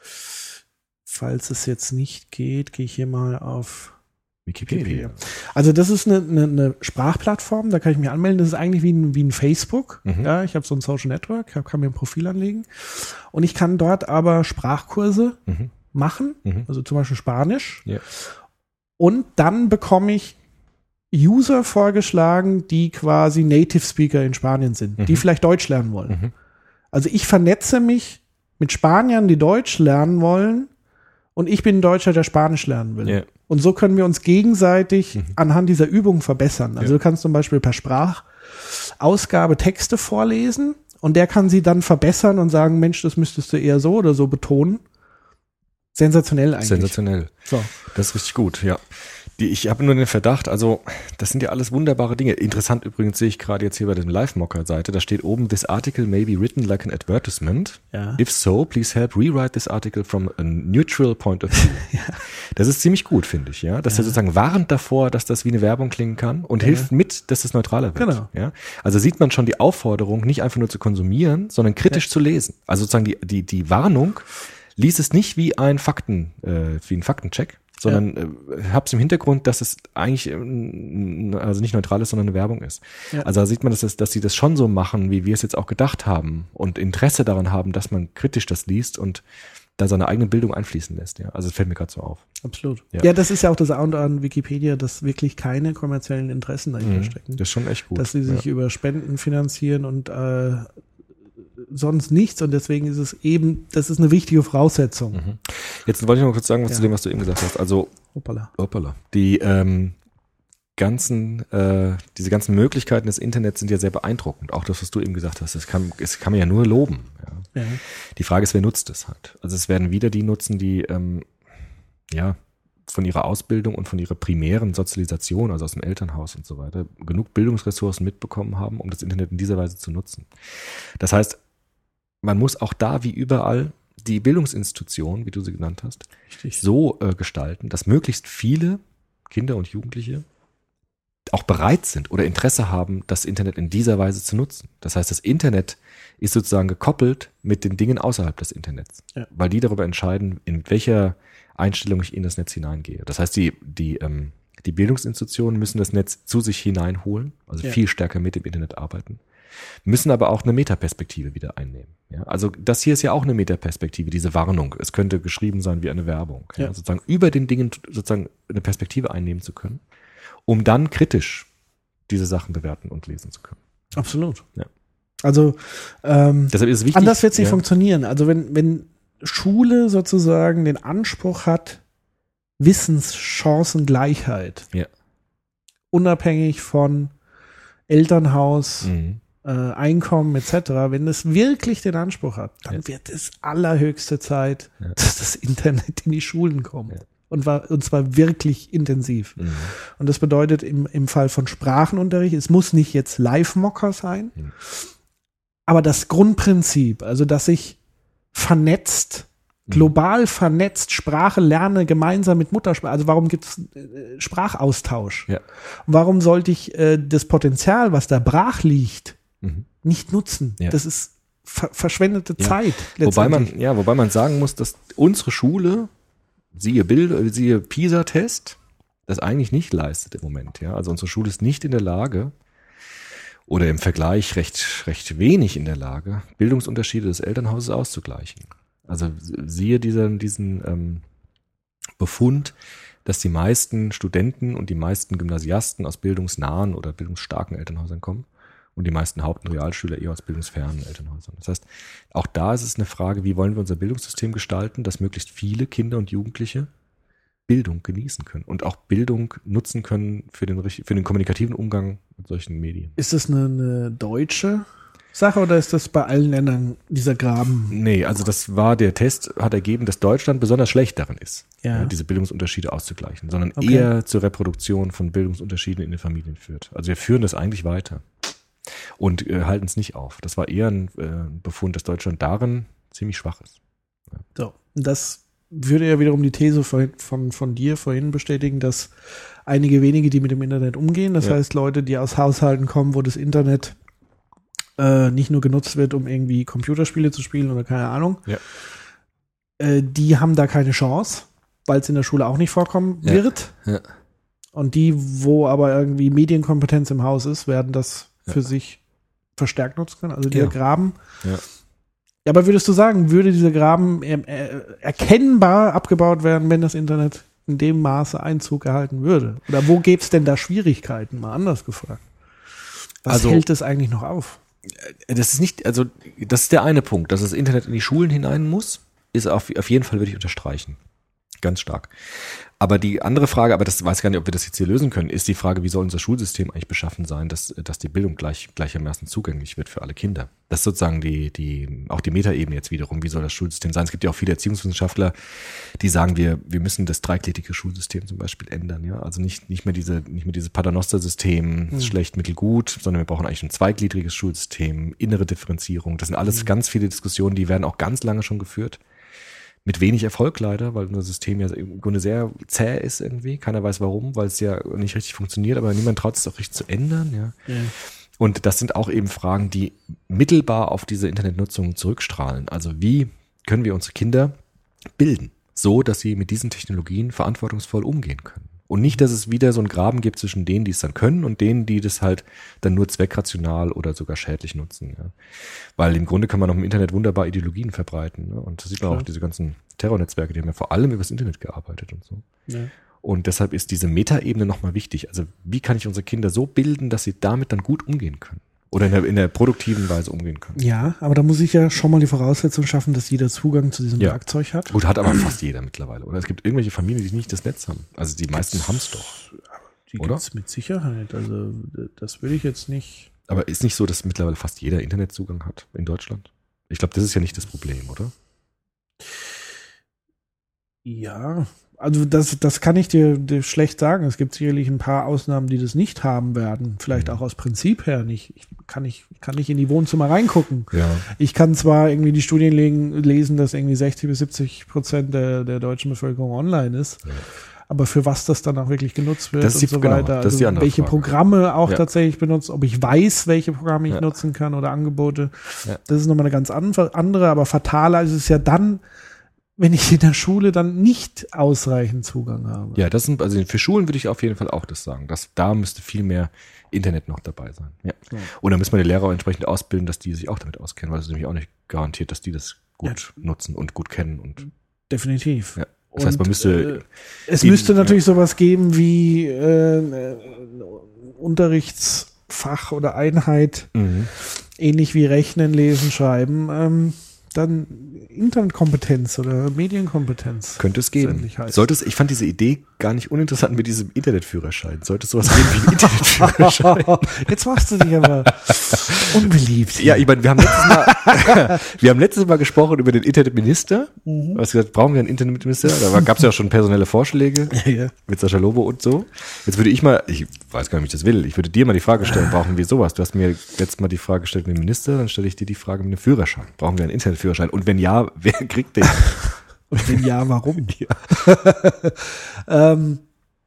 Falls es jetzt nicht geht, gehe ich hier mal auf Wikipedia. Also das ist eine, eine, eine Sprachplattform, da kann ich mich anmelden. Das ist eigentlich wie ein, wie ein Facebook. Mhm. Ja, ich habe so ein Social Network, ich hab, kann mir ein Profil anlegen. Und ich kann dort aber Sprachkurse Mhm. machen, Mhm. also zum Beispiel Spanisch. Ja. Und dann bekomme ich User vorgeschlagen, die quasi Native Speaker in Spanien sind, Mhm. die vielleicht Deutsch lernen wollen. Mhm. Also ich vernetze mich mit Spaniern, die Deutsch lernen wollen, und ich bin ein Deutscher, der Spanisch lernen will. Ja. Und so können wir uns gegenseitig Mhm. anhand dieser Übung verbessern. Also Ja. du kannst zum Beispiel per Sprachausgabe Texte vorlesen und der kann sie dann verbessern und sagen, Mensch, das müsstest du eher so oder so betonen. Sensationell eigentlich. Sensationell. So. Das ist richtig gut, ja. Die, ich habe nur den Verdacht, also das sind ja alles wunderbare Dinge. Interessant übrigens sehe ich gerade jetzt hier bei der Live-Mocker-Seite, da steht oben, this article may be written like an advertisement. Ja. If so, please help rewrite this article from a neutral point of view. Ja. Das ist ziemlich gut, finde ich, ja. Dass Ja. er sozusagen warnt davor, dass das wie eine Werbung klingen kann und Ja. hilft mit, dass es neutraler wird. Genau. Ja. Also sieht man schon die Aufforderung, nicht einfach nur zu konsumieren, sondern kritisch ja. zu lesen. Also sozusagen die, die, die Warnung, lies es nicht wie ein Fakten, äh, wie ein Faktencheck, sondern ja. äh, hab's im Hintergrund, dass es eigentlich äh, also nicht neutral ist, sondern eine Werbung ist. Ja. Also da sieht man, dass, es, dass sie das schon so machen, wie wir es jetzt auch gedacht haben und Interesse daran haben, dass man kritisch das liest und da seine eigene Bildung einfließen lässt. Ja, also das fällt mir gerade so auf. Absolut. Ja. ja, das ist ja auch das A und O an Wikipedia, dass wirklich keine kommerziellen Interessen dahinter mhm. stecken. Das ist schon echt gut. Dass sie sich ja. über Spenden finanzieren und äh, sonst nichts und deswegen ist es eben, das ist eine wichtige Voraussetzung. Mhm. Jetzt wollte ich noch kurz sagen, was ja. zu dem, was du eben gesagt hast. Also, hoppala. Hoppala. Die ähm, ganzen, äh, diese ganzen Möglichkeiten des Internets sind ja sehr beeindruckend. Auch das, was du eben gesagt hast, das kann, das kann man ja nur loben. Ja. Ja. Die Frage ist, wer nutzt es halt? Also es werden wieder die nutzen, die ähm, ja von ihrer Ausbildung und von ihrer primären Sozialisation, also aus dem Elternhaus und so weiter, genug Bildungsressourcen mitbekommen haben, um das Internet in dieser Weise zu nutzen. Das heißt, man muss auch da wie überall die Bildungsinstitution, wie du sie genannt hast, Richtig. so äh, gestalten, dass möglichst viele Kinder und Jugendliche auch bereit sind oder Interesse haben, das Internet in dieser Weise zu nutzen. Das heißt, das Internet ist sozusagen gekoppelt mit den Dingen außerhalb des Internets, ja. weil die darüber entscheiden, in welcher Einstellung ich in das Netz hineingehe. Das heißt, die, die, ähm, die Bildungsinstitutionen müssen das Netz zu sich hineinholen, also ja. viel stärker mit dem Internet arbeiten, müssen aber auch eine Metaperspektive wieder einnehmen. Ja? Also das hier ist ja auch eine Metaperspektive, diese Warnung. Es könnte geschrieben sein wie eine Werbung. Ja? Ja. Sozusagen über den Dingen sozusagen eine Perspektive einnehmen zu können, um dann kritisch diese Sachen bewerten und lesen zu können. Absolut. Ja. Also ähm, deshalb ist es wichtig, anders wird es nicht ja. funktionieren. Also wenn, wenn Schule sozusagen den Anspruch hat, Wissenschancengleichheit, ja. unabhängig von Elternhaus, mhm. äh, Einkommen et cetera, wenn es wirklich den Anspruch hat, dann ja. wird es allerhöchste Zeit, ja. dass das Internet in die Schulen kommt. Ja. Und, war, und zwar wirklich intensiv. Mhm. Und das bedeutet im, im Fall von Sprachenunterricht, es muss nicht jetzt Live-Mocker sein, mhm. aber das Grundprinzip, also dass ich vernetzt, global mhm. vernetzt Sprache lerne, gemeinsam mit Muttersprache. Also warum gibt es äh, Sprachaustausch? Ja. Und warum sollte ich äh, das Potenzial, was da brach liegt, mhm. nicht nutzen? Ja. Das ist ver- verschwendete ja. Zeit. Wobei man, ja, wobei man sagen muss, dass unsere Schule, siehe Bild, siehe PISA-Test, das eigentlich nicht leistet im Moment. Ja, also unsere Schule ist nicht in der Lage oder im Vergleich recht, recht wenig in der Lage, Bildungsunterschiede des Elternhauses auszugleichen. Also siehe diesen, diesen ähm, Befund, dass die meisten Studenten und die meisten Gymnasiasten aus bildungsnahen oder bildungsstarken Elternhäusern kommen und die meisten Haupt- und Realschüler eher aus bildungsfernen Elternhäusern. Das heißt, auch da ist es eine Frage, wie wollen wir unser Bildungssystem gestalten, dass möglichst viele Kinder und Jugendliche Bildung genießen können und auch Bildung nutzen können für den, für den kommunikativen Umgang mit solchen Medien. Ist das eine, eine deutsche Sache oder ist das bei allen Ländern dieser Graben? Nee, also das war, der Test hat ergeben, dass Deutschland besonders schlecht darin ist, ja. Ja, diese Bildungsunterschiede auszugleichen, sondern okay. eher zur Reproduktion von Bildungsunterschieden in den Familien führt. Also wir führen das eigentlich weiter und äh, halten es nicht auf. Das war eher ein äh, Befund, dass Deutschland darin ziemlich schwach ist. Ja. So, das würde ja wiederum die These von, von, von dir vorhin bestätigen, dass einige wenige, die mit dem Internet umgehen, das ja. heißt Leute, die aus Haushalten kommen, wo das Internet äh, nicht nur genutzt wird, um irgendwie Computerspiele zu spielen oder keine Ahnung, ja. äh, die haben da keine Chance, weil es in der Schule auch nicht vorkommen ja. wird. Ja. Und die, wo aber irgendwie Medienkompetenz im Haus ist, werden das ja. für sich verstärkt nutzen können. Also dieser ja. Graben. Ja. Ja, aber würdest du sagen, würde dieser Graben äh, erkennbar abgebaut werden, wenn das Internet in dem Maße Einzug erhalten würde? Oder wo gäbe es denn da Schwierigkeiten? Mal anders gefragt. Was also, hält es eigentlich noch auf? Das ist nicht, also das ist der eine Punkt, dass das Internet in die Schulen hinein muss, ist auf, auf jeden Fall, würde ich unterstreichen. Ganz stark. Aber die andere Frage, aber das weiß ich gar nicht, ob wir das jetzt hier lösen können, ist die Frage, wie soll unser Schulsystem eigentlich beschaffen sein, dass, dass die Bildung gleich, gleichermaßen zugänglich wird für alle Kinder. Das ist sozusagen die, die, auch die Metaebene jetzt wiederum, wie soll das Schulsystem sein? Es gibt ja auch viele Erziehungswissenschaftler, die sagen, wir, wir müssen das dreigliedrige Schulsystem zum Beispiel ändern, ja. Also nicht, nicht mehr diese, nicht mehr dieses Paternoster-System, mhm. schlecht, mittel, gut, sondern wir brauchen eigentlich ein zweigliedriges Schulsystem, innere Differenzierung. Das sind alles mhm. ganz viele Diskussionen, die werden auch ganz lange schon geführt. Mit wenig Erfolg leider, weil unser System ja im Grunde sehr zäh ist irgendwie. Keiner weiß warum, weil es ja nicht richtig funktioniert, aber niemand traut es auch richtig zu ändern. Ja. ja. Und das sind auch eben Fragen, die mittelbar auf diese Internetnutzung zurückstrahlen. Also wie können wir unsere Kinder bilden, so dass sie mit diesen Technologien verantwortungsvoll umgehen können? Und nicht, dass es wieder so einen Graben gibt zwischen denen, die es dann können und denen, die das halt dann nur zweckrational oder sogar schädlich nutzen. Ja. Weil im Grunde kann man auch im Internet wunderbar Ideologien verbreiten. Ne? Und das sieht man Klar. auch, diese ganzen Terrornetzwerke, die haben ja vor allem über das Internet gearbeitet und so. Ja. Und deshalb ist diese Metaebene nochmal wichtig. Also wie kann ich unsere Kinder so bilden, dass sie damit dann gut umgehen können? Oder in der, in der produktiven Weise umgehen können. Ja, aber da muss ich ja schon mal die Voraussetzung schaffen, dass jeder Zugang zu diesem ja. Werkzeug hat. Gut, hat aber fast jeder mittlerweile. Oder es gibt irgendwelche Familien, die nicht das Netz haben. Also die meisten haben es doch. Die gibt es mit Sicherheit. Also das würde ich jetzt nicht. Aber ist nicht so, dass mittlerweile fast jeder Internetzugang hat in Deutschland? Ich glaube, das ist ja nicht das Problem, oder? Ja, also das, das kann ich dir, dir schlecht sagen. Es gibt sicherlich ein paar Ausnahmen, die das nicht haben werden. Vielleicht auch aus Prinzip her nicht. Ich kann nicht, kann nicht in die Wohnzimmer reingucken. Ja. Ich kann zwar irgendwie die Studien legen, lesen, dass irgendwie sechzig bis siebzig Prozent der, der deutschen Bevölkerung online ist. Ja. Aber für was das dann auch wirklich genutzt wird das und die, so genau, weiter. Das ist die Also welche Frage. Programme auch ja. tatsächlich benutzt, ob ich weiß, welche Programme ich ja. nutzen kann oder Angebote. Ja. Das ist nochmal eine ganz andere, aber fataler ist es ja dann, wenn ich in der Schule dann nicht ausreichend Zugang habe. Ja, das sind, also für Schulen würde ich auf jeden Fall auch das sagen. Dass da müsste viel mehr Internet noch dabei sein. Ja. ja. Und dann müssen wir die Lehrer auch entsprechend ausbilden, dass die sich auch damit auskennen, weil es ist nämlich auch nicht garantiert, dass die das gut ja. nutzen und gut kennen. Und definitiv. Ja. Das und, heißt, man müsste. Äh, es eben, müsste natürlich ja. sowas geben wie äh, Unterrichtsfach oder Einheit, mhm. ähnlich wie Rechnen, Lesen, Schreiben. Ähm, dann Internetkompetenz oder Medienkompetenz. Könnte es geben. Sollte es, ich fand diese Idee gar nicht uninteressant mit diesem Internetführerschein. Sollte es sowas geben wie ein Internetführerschein? Jetzt machst du dich aber unbeliebt. Ja, ich meine, wir haben letztes Mal, wir haben letztes Mal gesprochen über den Internetminister. Mhm. Du hast gesagt, brauchen wir einen Internetminister? Da gab es ja auch schon personelle Vorschläge ja, ja. mit Sascha Lobo und so. Jetzt würde ich mal, ich weiß gar nicht, wie ich das will, ich würde dir mal die Frage stellen, brauchen wir sowas? Du hast mir letztes Mal die Frage gestellt mit dem Minister, dann stelle ich dir die Frage mit dem Führerschein. Brauchen wir einen Internetführerschein? Und wenn ja, wer kriegt den? Und wenn ja, warum? Ja. ähm,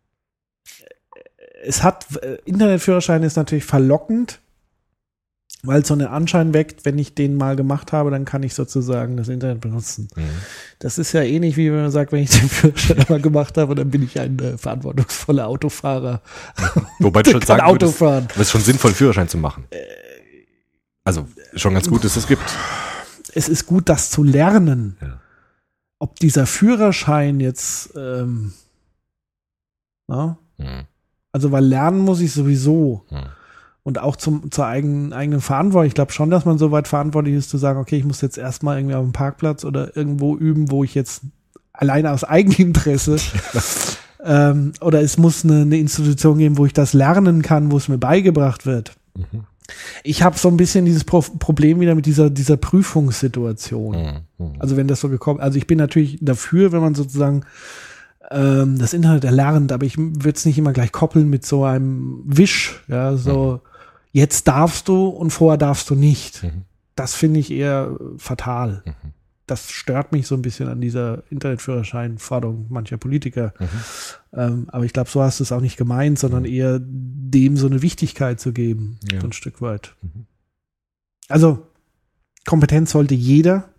es hat, Internetführerschein ist natürlich verlockend, weil es so einen Anschein weckt, wenn ich den mal gemacht habe, dann kann ich sozusagen das Internet benutzen. Mhm. Das ist ja ähnlich wie wenn man sagt, wenn ich den Führerschein mal gemacht habe, dann bin ich ein äh, verantwortungsvoller Autofahrer. Wobei du schon sagen Auto würdest, fahren. es ist schon sinnvoll, einen Führerschein zu machen. Also schon ganz gut, dass es gibt. Es ist gut, das zu lernen. Ja. Ob dieser Führerschein jetzt, ähm, na? Mhm. Also weil lernen muss ich sowieso. Mhm. Und auch zum, zur eigenen, eigenen Verantwortung. Ich glaube schon, dass man so weit verantwortlich ist, zu sagen, okay, ich muss jetzt erstmal irgendwie auf dem Parkplatz oder irgendwo üben, wo ich jetzt alleine aus Eigeninteresse ähm, oder es muss eine, eine Institution geben, wo ich das lernen kann, wo es mir beigebracht wird. Mhm. Ich habe so ein bisschen dieses Pro- Problem wieder mit dieser, dieser Prüfungssituation. Mhm. Mhm. Also wenn das so gekommen, also ich bin natürlich dafür, wenn man sozusagen ähm, das Internet erlernt, aber ich würde es nicht immer gleich koppeln mit so einem Wisch, ja, so mhm. jetzt darfst du und vorher darfst du nicht. Mhm. Das finde ich eher fatal. Mhm. Das stört mich so ein bisschen an dieser Internetführerschein-Forderung mancher Politiker. Mhm. Ähm, aber ich glaube, so hast du es auch nicht gemeint, sondern mhm. eher dem so eine Wichtigkeit zu geben, ja. so ein Stück weit. Mhm. Also Kompetenz sollte jeder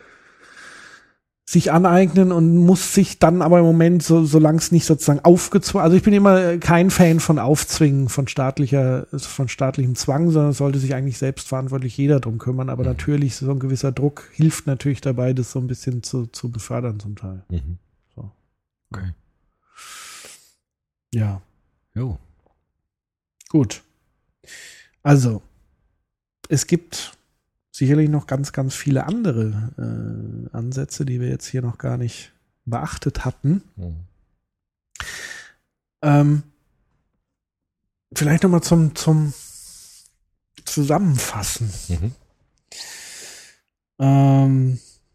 sich aneignen und muss sich dann aber im Moment, so solange es nicht sozusagen aufgezwungen, also ich bin immer kein Fan von Aufzwingen, von staatlicher, von staatlichem Zwang, sondern es sollte sich eigentlich selbstverantwortlich jeder drum kümmern, aber mhm. natürlich so ein gewisser Druck hilft natürlich dabei, das so ein bisschen zu, zu befördern zum Teil. Mhm. So. Okay. Ja. Jo. Gut. Also, es gibt sicherlich noch ganz, ganz viele andere äh, Ansätze, die wir jetzt hier noch gar nicht beachtet hatten. Mhm. Ähm, vielleicht nochmal zum, zum Zusammenfassen. Mhm. Ähm,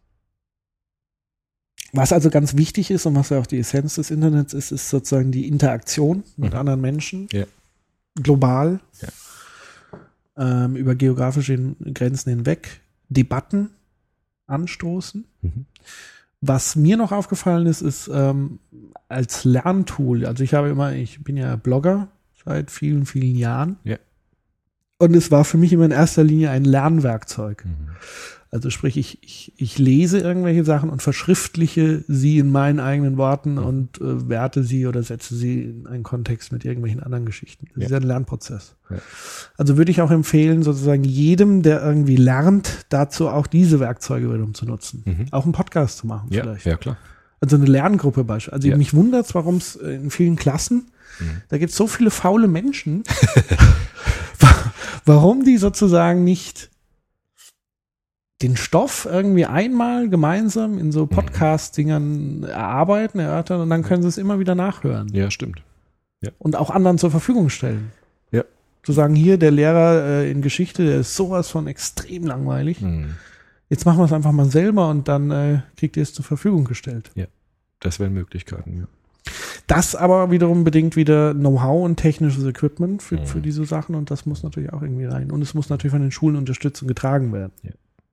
was also ganz wichtig ist und was ja auch die Essenz des Internets ist, ist sozusagen die Interaktion mit Mhm. anderen Menschen. Ja. Global. Ja. Ähm, über geografische Grenzen hinweg. Debatten anstoßen. Mhm. Was mir noch aufgefallen ist, ist ähm, als Lerntool, also ich habe immer, ich bin ja Blogger seit vielen, vielen Jahren. Ja. Und es war für mich immer in erster Linie ein Lernwerkzeug. Mhm. Also sprich, ich, ich, ich lese irgendwelche Sachen und verschriftliche sie in meinen eigenen Worten Mhm. und äh, werte sie oder setze sie in einen Kontext mit irgendwelchen anderen Geschichten. Das Ja. ist ja ein Lernprozess. Ja. Also würde ich auch empfehlen, sozusagen jedem, der irgendwie lernt, dazu auch diese Werkzeuge wiederum zu nutzen. Mhm. Auch einen Podcast zu machen Ja, vielleicht. ja, klar. Also eine Lerngruppe beispielsweise. Also Ja. mich wundert es, warum es in vielen Klassen, Mhm. da gibt es so viele faule Menschen, wa- warum die sozusagen nicht den Stoff irgendwie einmal gemeinsam in so Podcast-Dingern erarbeiten, erörtern und dann können sie es immer wieder nachhören Ja, stimmt. und auch anderen zur Verfügung stellen. Ja. Zu sagen, hier, der Lehrer äh, in Geschichte, der ist sowas von extrem langweilig. Mhm. Jetzt machen wir es einfach mal selber und dann äh, kriegt ihr es zur Verfügung gestellt. Das wären Möglichkeiten, ja. Das aber wiederum bedingt wieder Know-how und technisches Equipment für, Mhm. für diese Sachen und das muss natürlich auch irgendwie rein. Und es muss natürlich von den Schulen unterstützt und getragen werden. Ja.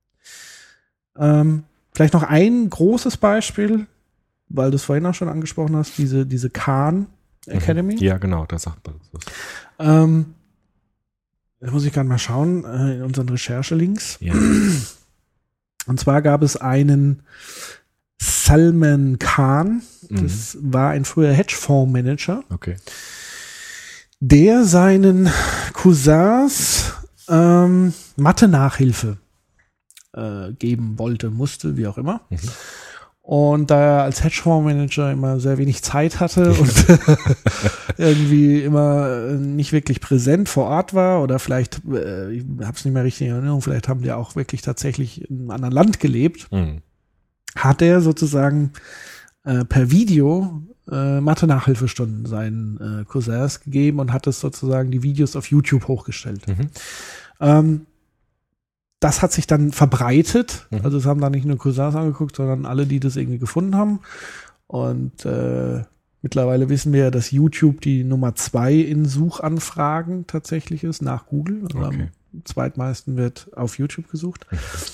Ähm, vielleicht noch ein großes Beispiel, weil du es vorhin auch schon angesprochen hast, diese, diese Khan Academy. Mhm. Ja, genau, da sagt man das. Ähm, da muss ich gerade mal schauen, äh, in unseren Recherchelinks. Ja. Und zwar gab es einen Salman Khan, Mhm. das war ein früher Hedgefondsmanager, Okay. der seinen Cousins ähm, Mathe-Nachhilfe äh, geben wollte, musste, wie auch immer. Mhm. Und da er als Hedgefondsmanager immer sehr wenig Zeit hatte und irgendwie immer äh, nicht wirklich präsent vor Ort war oder vielleicht, äh, ich habe es nicht mehr richtig in Erinnerung, vielleicht haben die auch wirklich tatsächlich in einem anderen Land gelebt, Mhm. hat er sozusagen äh, per Video äh, Mathe-Nachhilfestunden seinen äh, Cousins gegeben und hat es sozusagen die Videos auf YouTube hochgestellt. Mhm. Ähm, das hat sich dann verbreitet. Mhm. Also es haben da nicht nur Cousins angeguckt, sondern alle, die das irgendwie gefunden haben. Und äh, mittlerweile wissen wir ja, dass YouTube die Nummer zwei in Suchanfragen tatsächlich ist, nach Google. Also Okay. am zweitmeisten wird auf YouTube gesucht.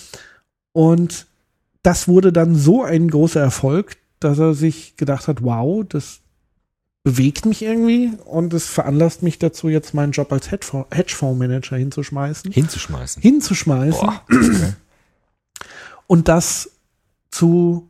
Und das wurde dann so ein großer Erfolg, dass er sich gedacht hat, wow, das bewegt mich irgendwie und es veranlasst mich dazu, jetzt meinen Job als Hedgefonds- Hedgefondsmanager hinzuschmeißen. Hinzuschmeißen. hinzuschmeißen Boah. Okay. und das zu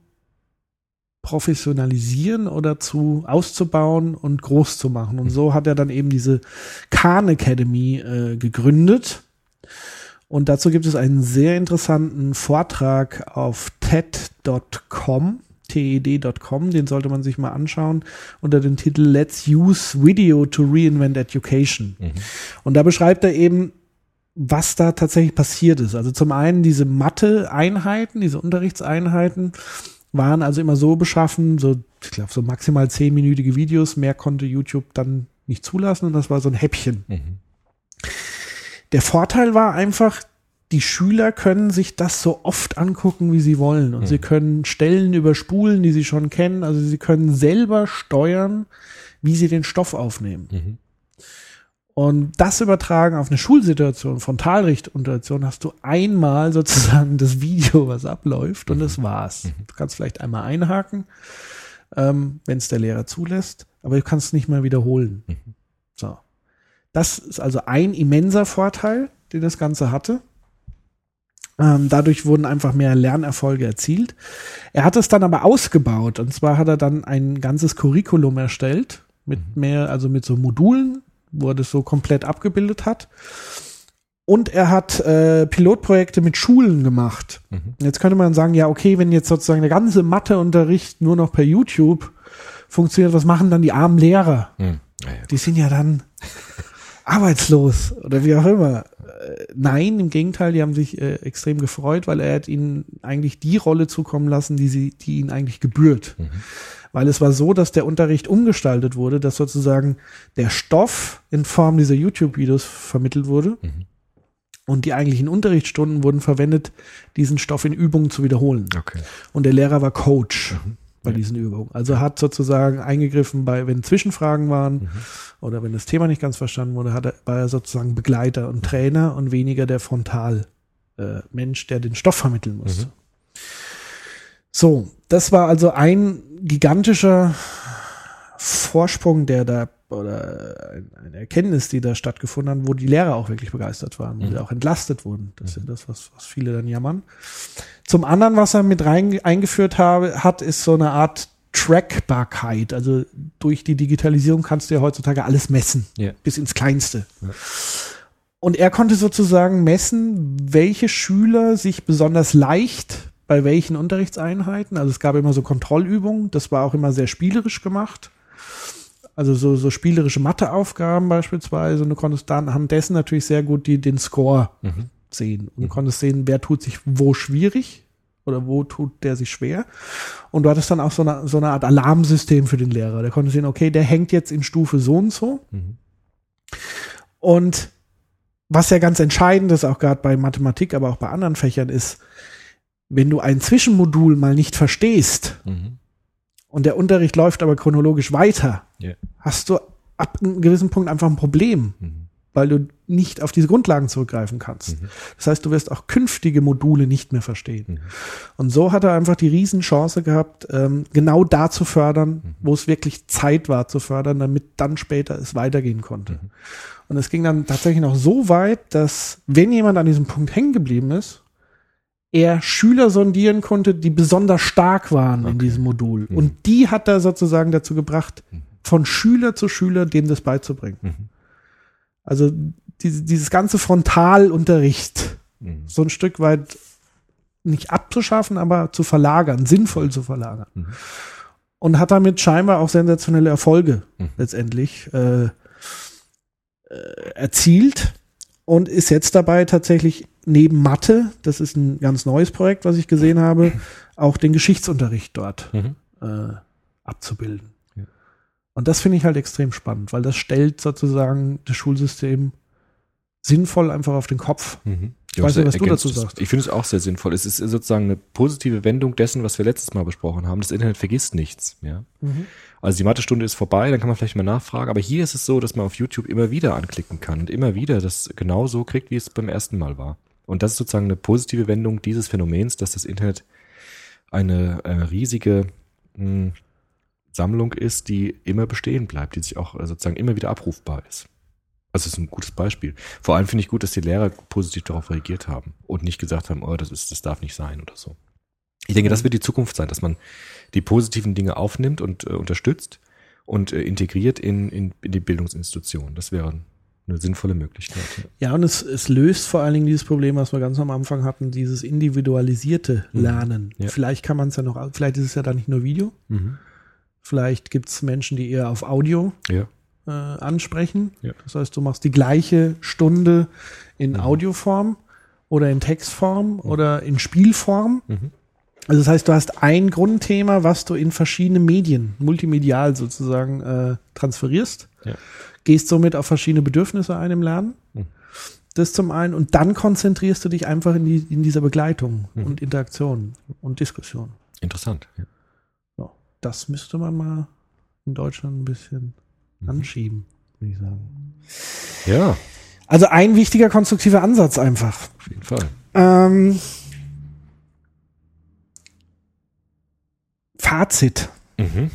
professionalisieren oder zu auszubauen und groß zu machen. Und so hat er dann eben diese Khan Academy äh, gegründet. Und dazu gibt es einen sehr interessanten Vortrag auf T E D Punkt com, T E D Punkt com, den sollte man sich mal anschauen, unter dem Titel Let's Use Video to Reinvent Education. Mhm. Und da beschreibt er eben, was da tatsächlich passiert ist. Also zum einen diese Mathe-Einheiten, diese Unterrichtseinheiten waren also immer so beschaffen, so, ich glaube, so maximal zehnminütige Videos, mehr konnte YouTube dann nicht zulassen und das war so ein Häppchen. Mhm. Der Vorteil war einfach, die Schüler können sich das so oft angucken, wie sie wollen. Und Mhm. sie können Stellen überspulen, die sie schon kennen. Also sie können selber steuern, wie sie den Stoff aufnehmen. Mhm. Und das übertragen auf eine Schulsituation, Frontalrichtunterrichtung, hast du einmal sozusagen das Video, was abläuft, und Mhm. das war's. Mhm. Du kannst vielleicht einmal einhaken, ähm, wenn es der Lehrer zulässt, aber du kannst es nicht mehr wiederholen. Mhm. So. Das ist also ein immenser Vorteil, den das Ganze hatte. Ähm, dadurch wurden einfach mehr Lernerfolge erzielt. Er hat es dann aber ausgebaut. Und zwar hat er dann ein ganzes Curriculum erstellt, mit mehr, also mit so Modulen, wo er das so komplett abgebildet hat. Und er hat äh, Pilotprojekte mit Schulen gemacht. Mhm. Jetzt könnte man sagen, ja, okay, wenn jetzt sozusagen der ganze Matheunterricht nur noch per YouTube funktioniert, was machen dann die armen Lehrer? Mhm. Ja, ja. Die sind ja dann arbeitslos oder wie auch immer. äh, nein, im Gegenteil, die haben sich äh, extrem gefreut, weil er hat ihnen eigentlich die Rolle zukommen lassen, die sie, die ihnen eigentlich gebührt. Mhm. Weil es war so, dass der Unterricht umgestaltet wurde, dass sozusagen der Stoff in Form dieser YouTube-Videos vermittelt wurde. Mhm. Und die eigentlichen Unterrichtsstunden wurden verwendet, diesen Stoff in Übungen zu wiederholen. Okay. Und der Lehrer war Coach mhm. bei ja. diesen Übungen. Also hat sozusagen eingegriffen, bei wenn Zwischenfragen waren mhm. oder wenn das Thema nicht ganz verstanden wurde, hat er, war er sozusagen Begleiter und Trainer und weniger der Frontal äh, Mensch, der den Stoff vermitteln musste. Mhm. So, das war also ein gigantischer Vorsprung, der da, oder eine Erkenntnis, die da stattgefunden hat, wo die Lehrer auch wirklich begeistert waren, wo mhm. sie auch entlastet wurden. Das ist ja das, was, was viele dann jammern. Zum anderen, was er mit rein eingeführt habe, hat, ist so eine Art Trackbarkeit. Also durch die Digitalisierung kannst du ja heutzutage alles messen, yeah. bis ins Kleinste. Ja. Und er konnte sozusagen messen, welche Schüler sich besonders leicht bei welchen Unterrichtseinheiten. Also es gab immer so Kontrollübungen. Das war auch immer sehr spielerisch gemacht. Also so, so spielerische Matheaufgaben beispielsweise. Und du konntest dann anhand dessen natürlich sehr gut die, den Score mhm. sehen. Und du konntest sehen, wer tut sich wo schwierig oder wo tut der sich schwer. Und du hattest dann auch so eine, so eine Art Alarmsystem für den Lehrer. Der konnte sehen, okay, der hängt jetzt in Stufe so und so. Mhm. Und was ja ganz entscheidend ist, auch gerade bei Mathematik, aber auch bei anderen Fächern ist, wenn du ein Zwischenmodul mal nicht verstehst mhm. und der Unterricht läuft aber chronologisch weiter, yeah. hast du ab einem gewissen Punkt einfach ein Problem, mhm. weil du nicht auf diese Grundlagen zurückgreifen kannst. Mhm. Das heißt, du wirst auch künftige Module nicht mehr verstehen. Mhm. Und so hat er einfach die Riesenchance gehabt, ähm, genau da zu fördern, mhm. wo es wirklich Zeit war zu fördern, damit dann später es weitergehen konnte. Mhm. Und es ging dann tatsächlich noch so weit, dass wenn jemand an diesem Punkt hängen geblieben ist, er Schüler sondieren konnte, die besonders stark waren okay. in diesem Modul. Mhm. Und die hat er sozusagen dazu gebracht, von Schüler zu Schüler dem das beizubringen. Mhm. Also die, dieses ganze Frontalunterricht mhm. so ein Stück weit nicht abzuschaffen, aber zu verlagern, sinnvoll zu verlagern. Mhm. Und hat damit scheinbar auch sensationelle Erfolge mhm. letztendlich äh, äh, erzielt. Und ist jetzt dabei tatsächlich neben Mathe, das ist ein ganz neues Projekt, was ich gesehen habe, auch den Geschichtsunterricht dort mhm. äh, abzubilden. Ja. Und das finde ich halt extrem spannend, weil das stellt sozusagen das Schulsystem sinnvoll einfach auf den Kopf. Mhm. Ich weiß nicht, was du dazu sagst. Ich finde es auch sehr sinnvoll. Es ist sozusagen eine positive Wendung dessen, was wir letztes Mal besprochen haben. Das Internet vergisst nichts. Ja. Mhm. Also die Mathestunde ist vorbei, dann kann man vielleicht mal nachfragen. Aber hier ist es so, dass man auf YouTube immer wieder anklicken kann und immer wieder das genau so kriegt, wie es beim ersten Mal war. Und das ist sozusagen eine positive Wendung dieses Phänomens, dass das Internet eine äh, riesige mh, Sammlung ist, die immer bestehen bleibt, die sich auch äh, sozusagen immer wieder abrufbar ist. Also das ist ein gutes Beispiel. Vor allem finde ich gut, dass die Lehrer positiv darauf reagiert haben und nicht gesagt haben, oh, das ist, das darf nicht sein oder so. Ich denke, das wird die Zukunft sein, dass man die positiven Dinge aufnimmt und äh, unterstützt und äh, integriert in, in, in die Bildungsinstitutionen. Das wäre eine sinnvolle Möglichkeit. Ja, ja und es, es löst vor allen Dingen dieses Problem, was wir ganz am Anfang hatten, dieses individualisierte Lernen. Mhm. Ja. Vielleicht kann man es ja noch, vielleicht ist es ja dann nicht nur Video. Mhm. Vielleicht gibt es Menschen, die eher auf Audio ja. äh, ansprechen. Ja. Das heißt, du machst die gleiche Stunde in mhm. Audioform oder in Textform mhm. oder in Spielform. Mhm. Also das heißt, du hast ein Grundthema, was du in verschiedene Medien, multimedial sozusagen äh, transferierst. Ja. Gehst somit auf verschiedene Bedürfnisse ein im Lernen. Mhm. Das zum einen. Und dann konzentrierst du dich einfach in, die, in dieser Begleitung mhm. und Interaktion und Diskussion. Interessant. Ja. So, das müsste man mal in Deutschland ein bisschen mhm. anschieben, würde ich sagen. Ja. Also ein wichtiger konstruktiver Ansatz einfach. Auf jeden Fall. Ähm, Fazit. Mhm.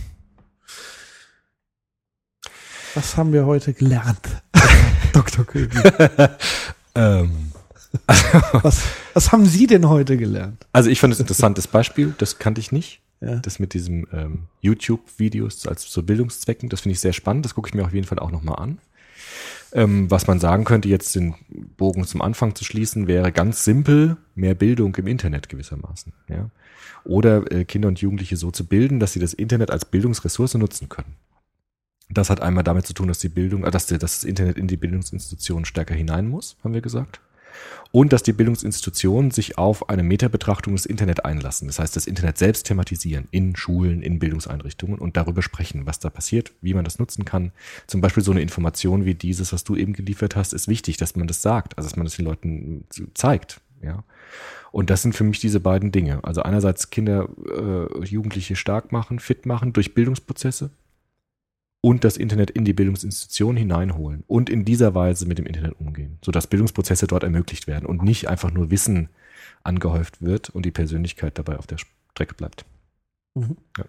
Was haben wir heute gelernt? Doktor Köbi. ähm. was, was haben Sie denn heute gelernt? Also ich fand das ein interessantes Beispiel, das kannte ich nicht. Ja. Das mit diesem ähm, YouTube-Videos als zu Bildungszwecken, das finde ich sehr spannend, das gucke ich mir auf jeden Fall auch nochmal an. Ähm, was man sagen könnte, jetzt den Bogen zum Anfang zu schließen, wäre ganz simpel mehr Bildung im Internet gewissermaßen. Ja? Oder äh, Kinder und Jugendliche so zu bilden, dass sie das Internet als Bildungsressource nutzen können. Das hat einmal damit zu tun, dass die Bildung, dass, die, dass das Internet in die Bildungsinstitutionen stärker hinein muss, haben wir gesagt. Und dass die Bildungsinstitutionen sich auf eine Metabetrachtung des Internet einlassen. Das heißt, das Internet selbst thematisieren in Schulen, in Bildungseinrichtungen und darüber sprechen, was da passiert, wie man das nutzen kann. Zum Beispiel so eine Information wie dieses, was du eben geliefert hast, ist wichtig, dass man das sagt, also dass man das den Leuten zeigt. Ja. Und das sind für mich diese beiden Dinge. Also einerseits Kinder, äh, Jugendliche stark machen, fit machen durch Bildungsprozesse und das Internet in die Bildungsinstitution hineinholen und in dieser Weise mit dem Internet umgehen, sodass Bildungsprozesse dort ermöglicht werden und nicht einfach nur Wissen angehäuft wird und die Persönlichkeit dabei auf der Strecke bleibt. Mhm. Ja.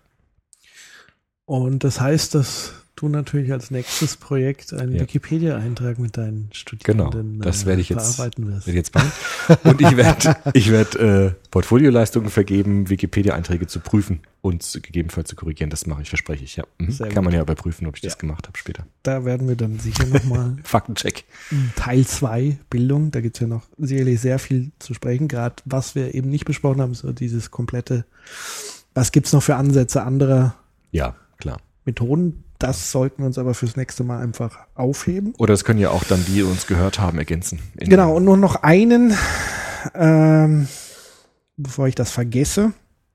Und das heißt, dass du natürlich als nächstes Projekt einen Ja. Wikipedia-Eintrag mit deinen Studierenden Genau, das werde ich jetzt, verarbeiten wirst. werde jetzt machen. Und ich werde ich werde äh, Portfolieleistungen vergeben, Wikipedia-Einträge zu prüfen und zu, gegebenenfalls zu korrigieren. Das mache ich, verspreche ich. Ja, mhm. Sehr Kann gut. man ja überprüfen, ob ich Ja. das gemacht habe später. Da werden wir dann sicher nochmal Faktencheck. Teil zwei Bildung, da gibt es ja noch sicherlich sehr viel zu sprechen, gerade was wir eben nicht besprochen haben, so dieses komplette, was gibt es noch für Ansätze anderer Ja, klar. Methoden, das sollten wir uns aber fürs nächste Mal einfach aufheben. Oder das können ja auch dann die, die uns gehört haben, ergänzen. In- Genau, und nur noch einen, ähm, bevor ich das vergesse.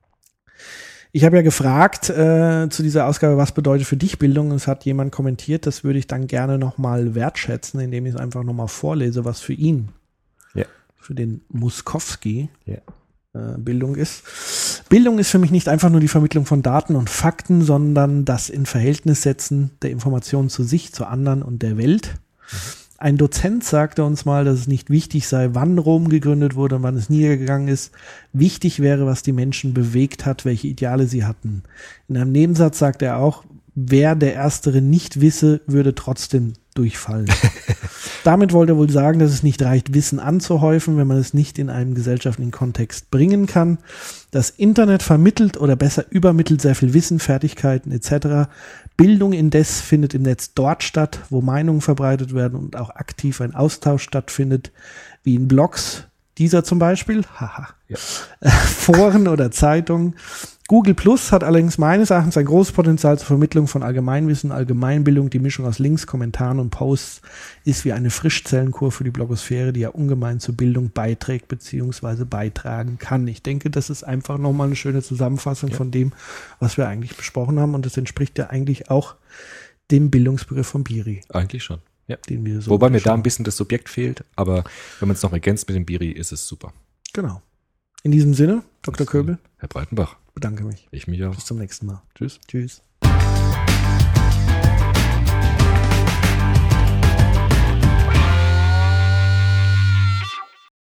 Ich habe ja gefragt äh, zu dieser Ausgabe, was bedeutet für dich Bildung? Es hat jemand kommentiert, das würde ich dann gerne nochmal wertschätzen, indem ich es einfach nochmal vorlese, was für ihn, Ja. für den Muskowski Ja. äh, Bildung ist. Bildung ist für mich nicht einfach nur die Vermittlung von Daten und Fakten, sondern das in Verhältnis setzen der Informationen zu sich, zu anderen und der Welt. Ein Dozent sagte uns mal, dass es nicht wichtig sei, wann Rom gegründet wurde und wann es niedergegangen ist. Wichtig wäre, was die Menschen bewegt hat, welche Ideale sie hatten. In einem Nebensatz sagte er auch, wer der Erstere nicht wisse, würde trotzdem durchfallen. Damit wollte er wohl sagen, dass es nicht reicht, Wissen anzuhäufen, wenn man es nicht in einen gesellschaftlichen Kontext bringen kann. Das Internet vermittelt oder besser übermittelt sehr viel Wissen, Fertigkeiten et cetera. Bildung indes findet im Netz dort statt, wo Meinungen verbreitet werden und auch aktiv ein Austausch stattfindet, wie in Blogs, dieser zum Beispiel, haha, Ja. Foren oder Zeitungen. Google Plus hat allerdings meines Erachtens ein großes Potenzial zur Vermittlung von Allgemeinwissen, Allgemeinbildung. Die Mischung aus Links, Kommentaren und Posts ist wie eine Frischzellenkur für die Blogosphäre, die ja ungemein zur Bildung beiträgt bzw. beitragen kann. Ich denke, das ist einfach nochmal eine schöne Zusammenfassung Ja. von dem, was wir eigentlich besprochen haben. Und das entspricht ja eigentlich auch dem Bildungsbegriff von Biri, Eigentlich schon. Ja. den wir so Wobei mir da besprochen ein bisschen das Subjekt fehlt, aber wenn man es noch ergänzt mit dem Biri, ist es super. Genau. In diesem Sinne, Doktor Köbel, Herr Breitenbach, bedanke mich. ich mich auch. Bis zum nächsten Mal. Tschüss. Tschüss.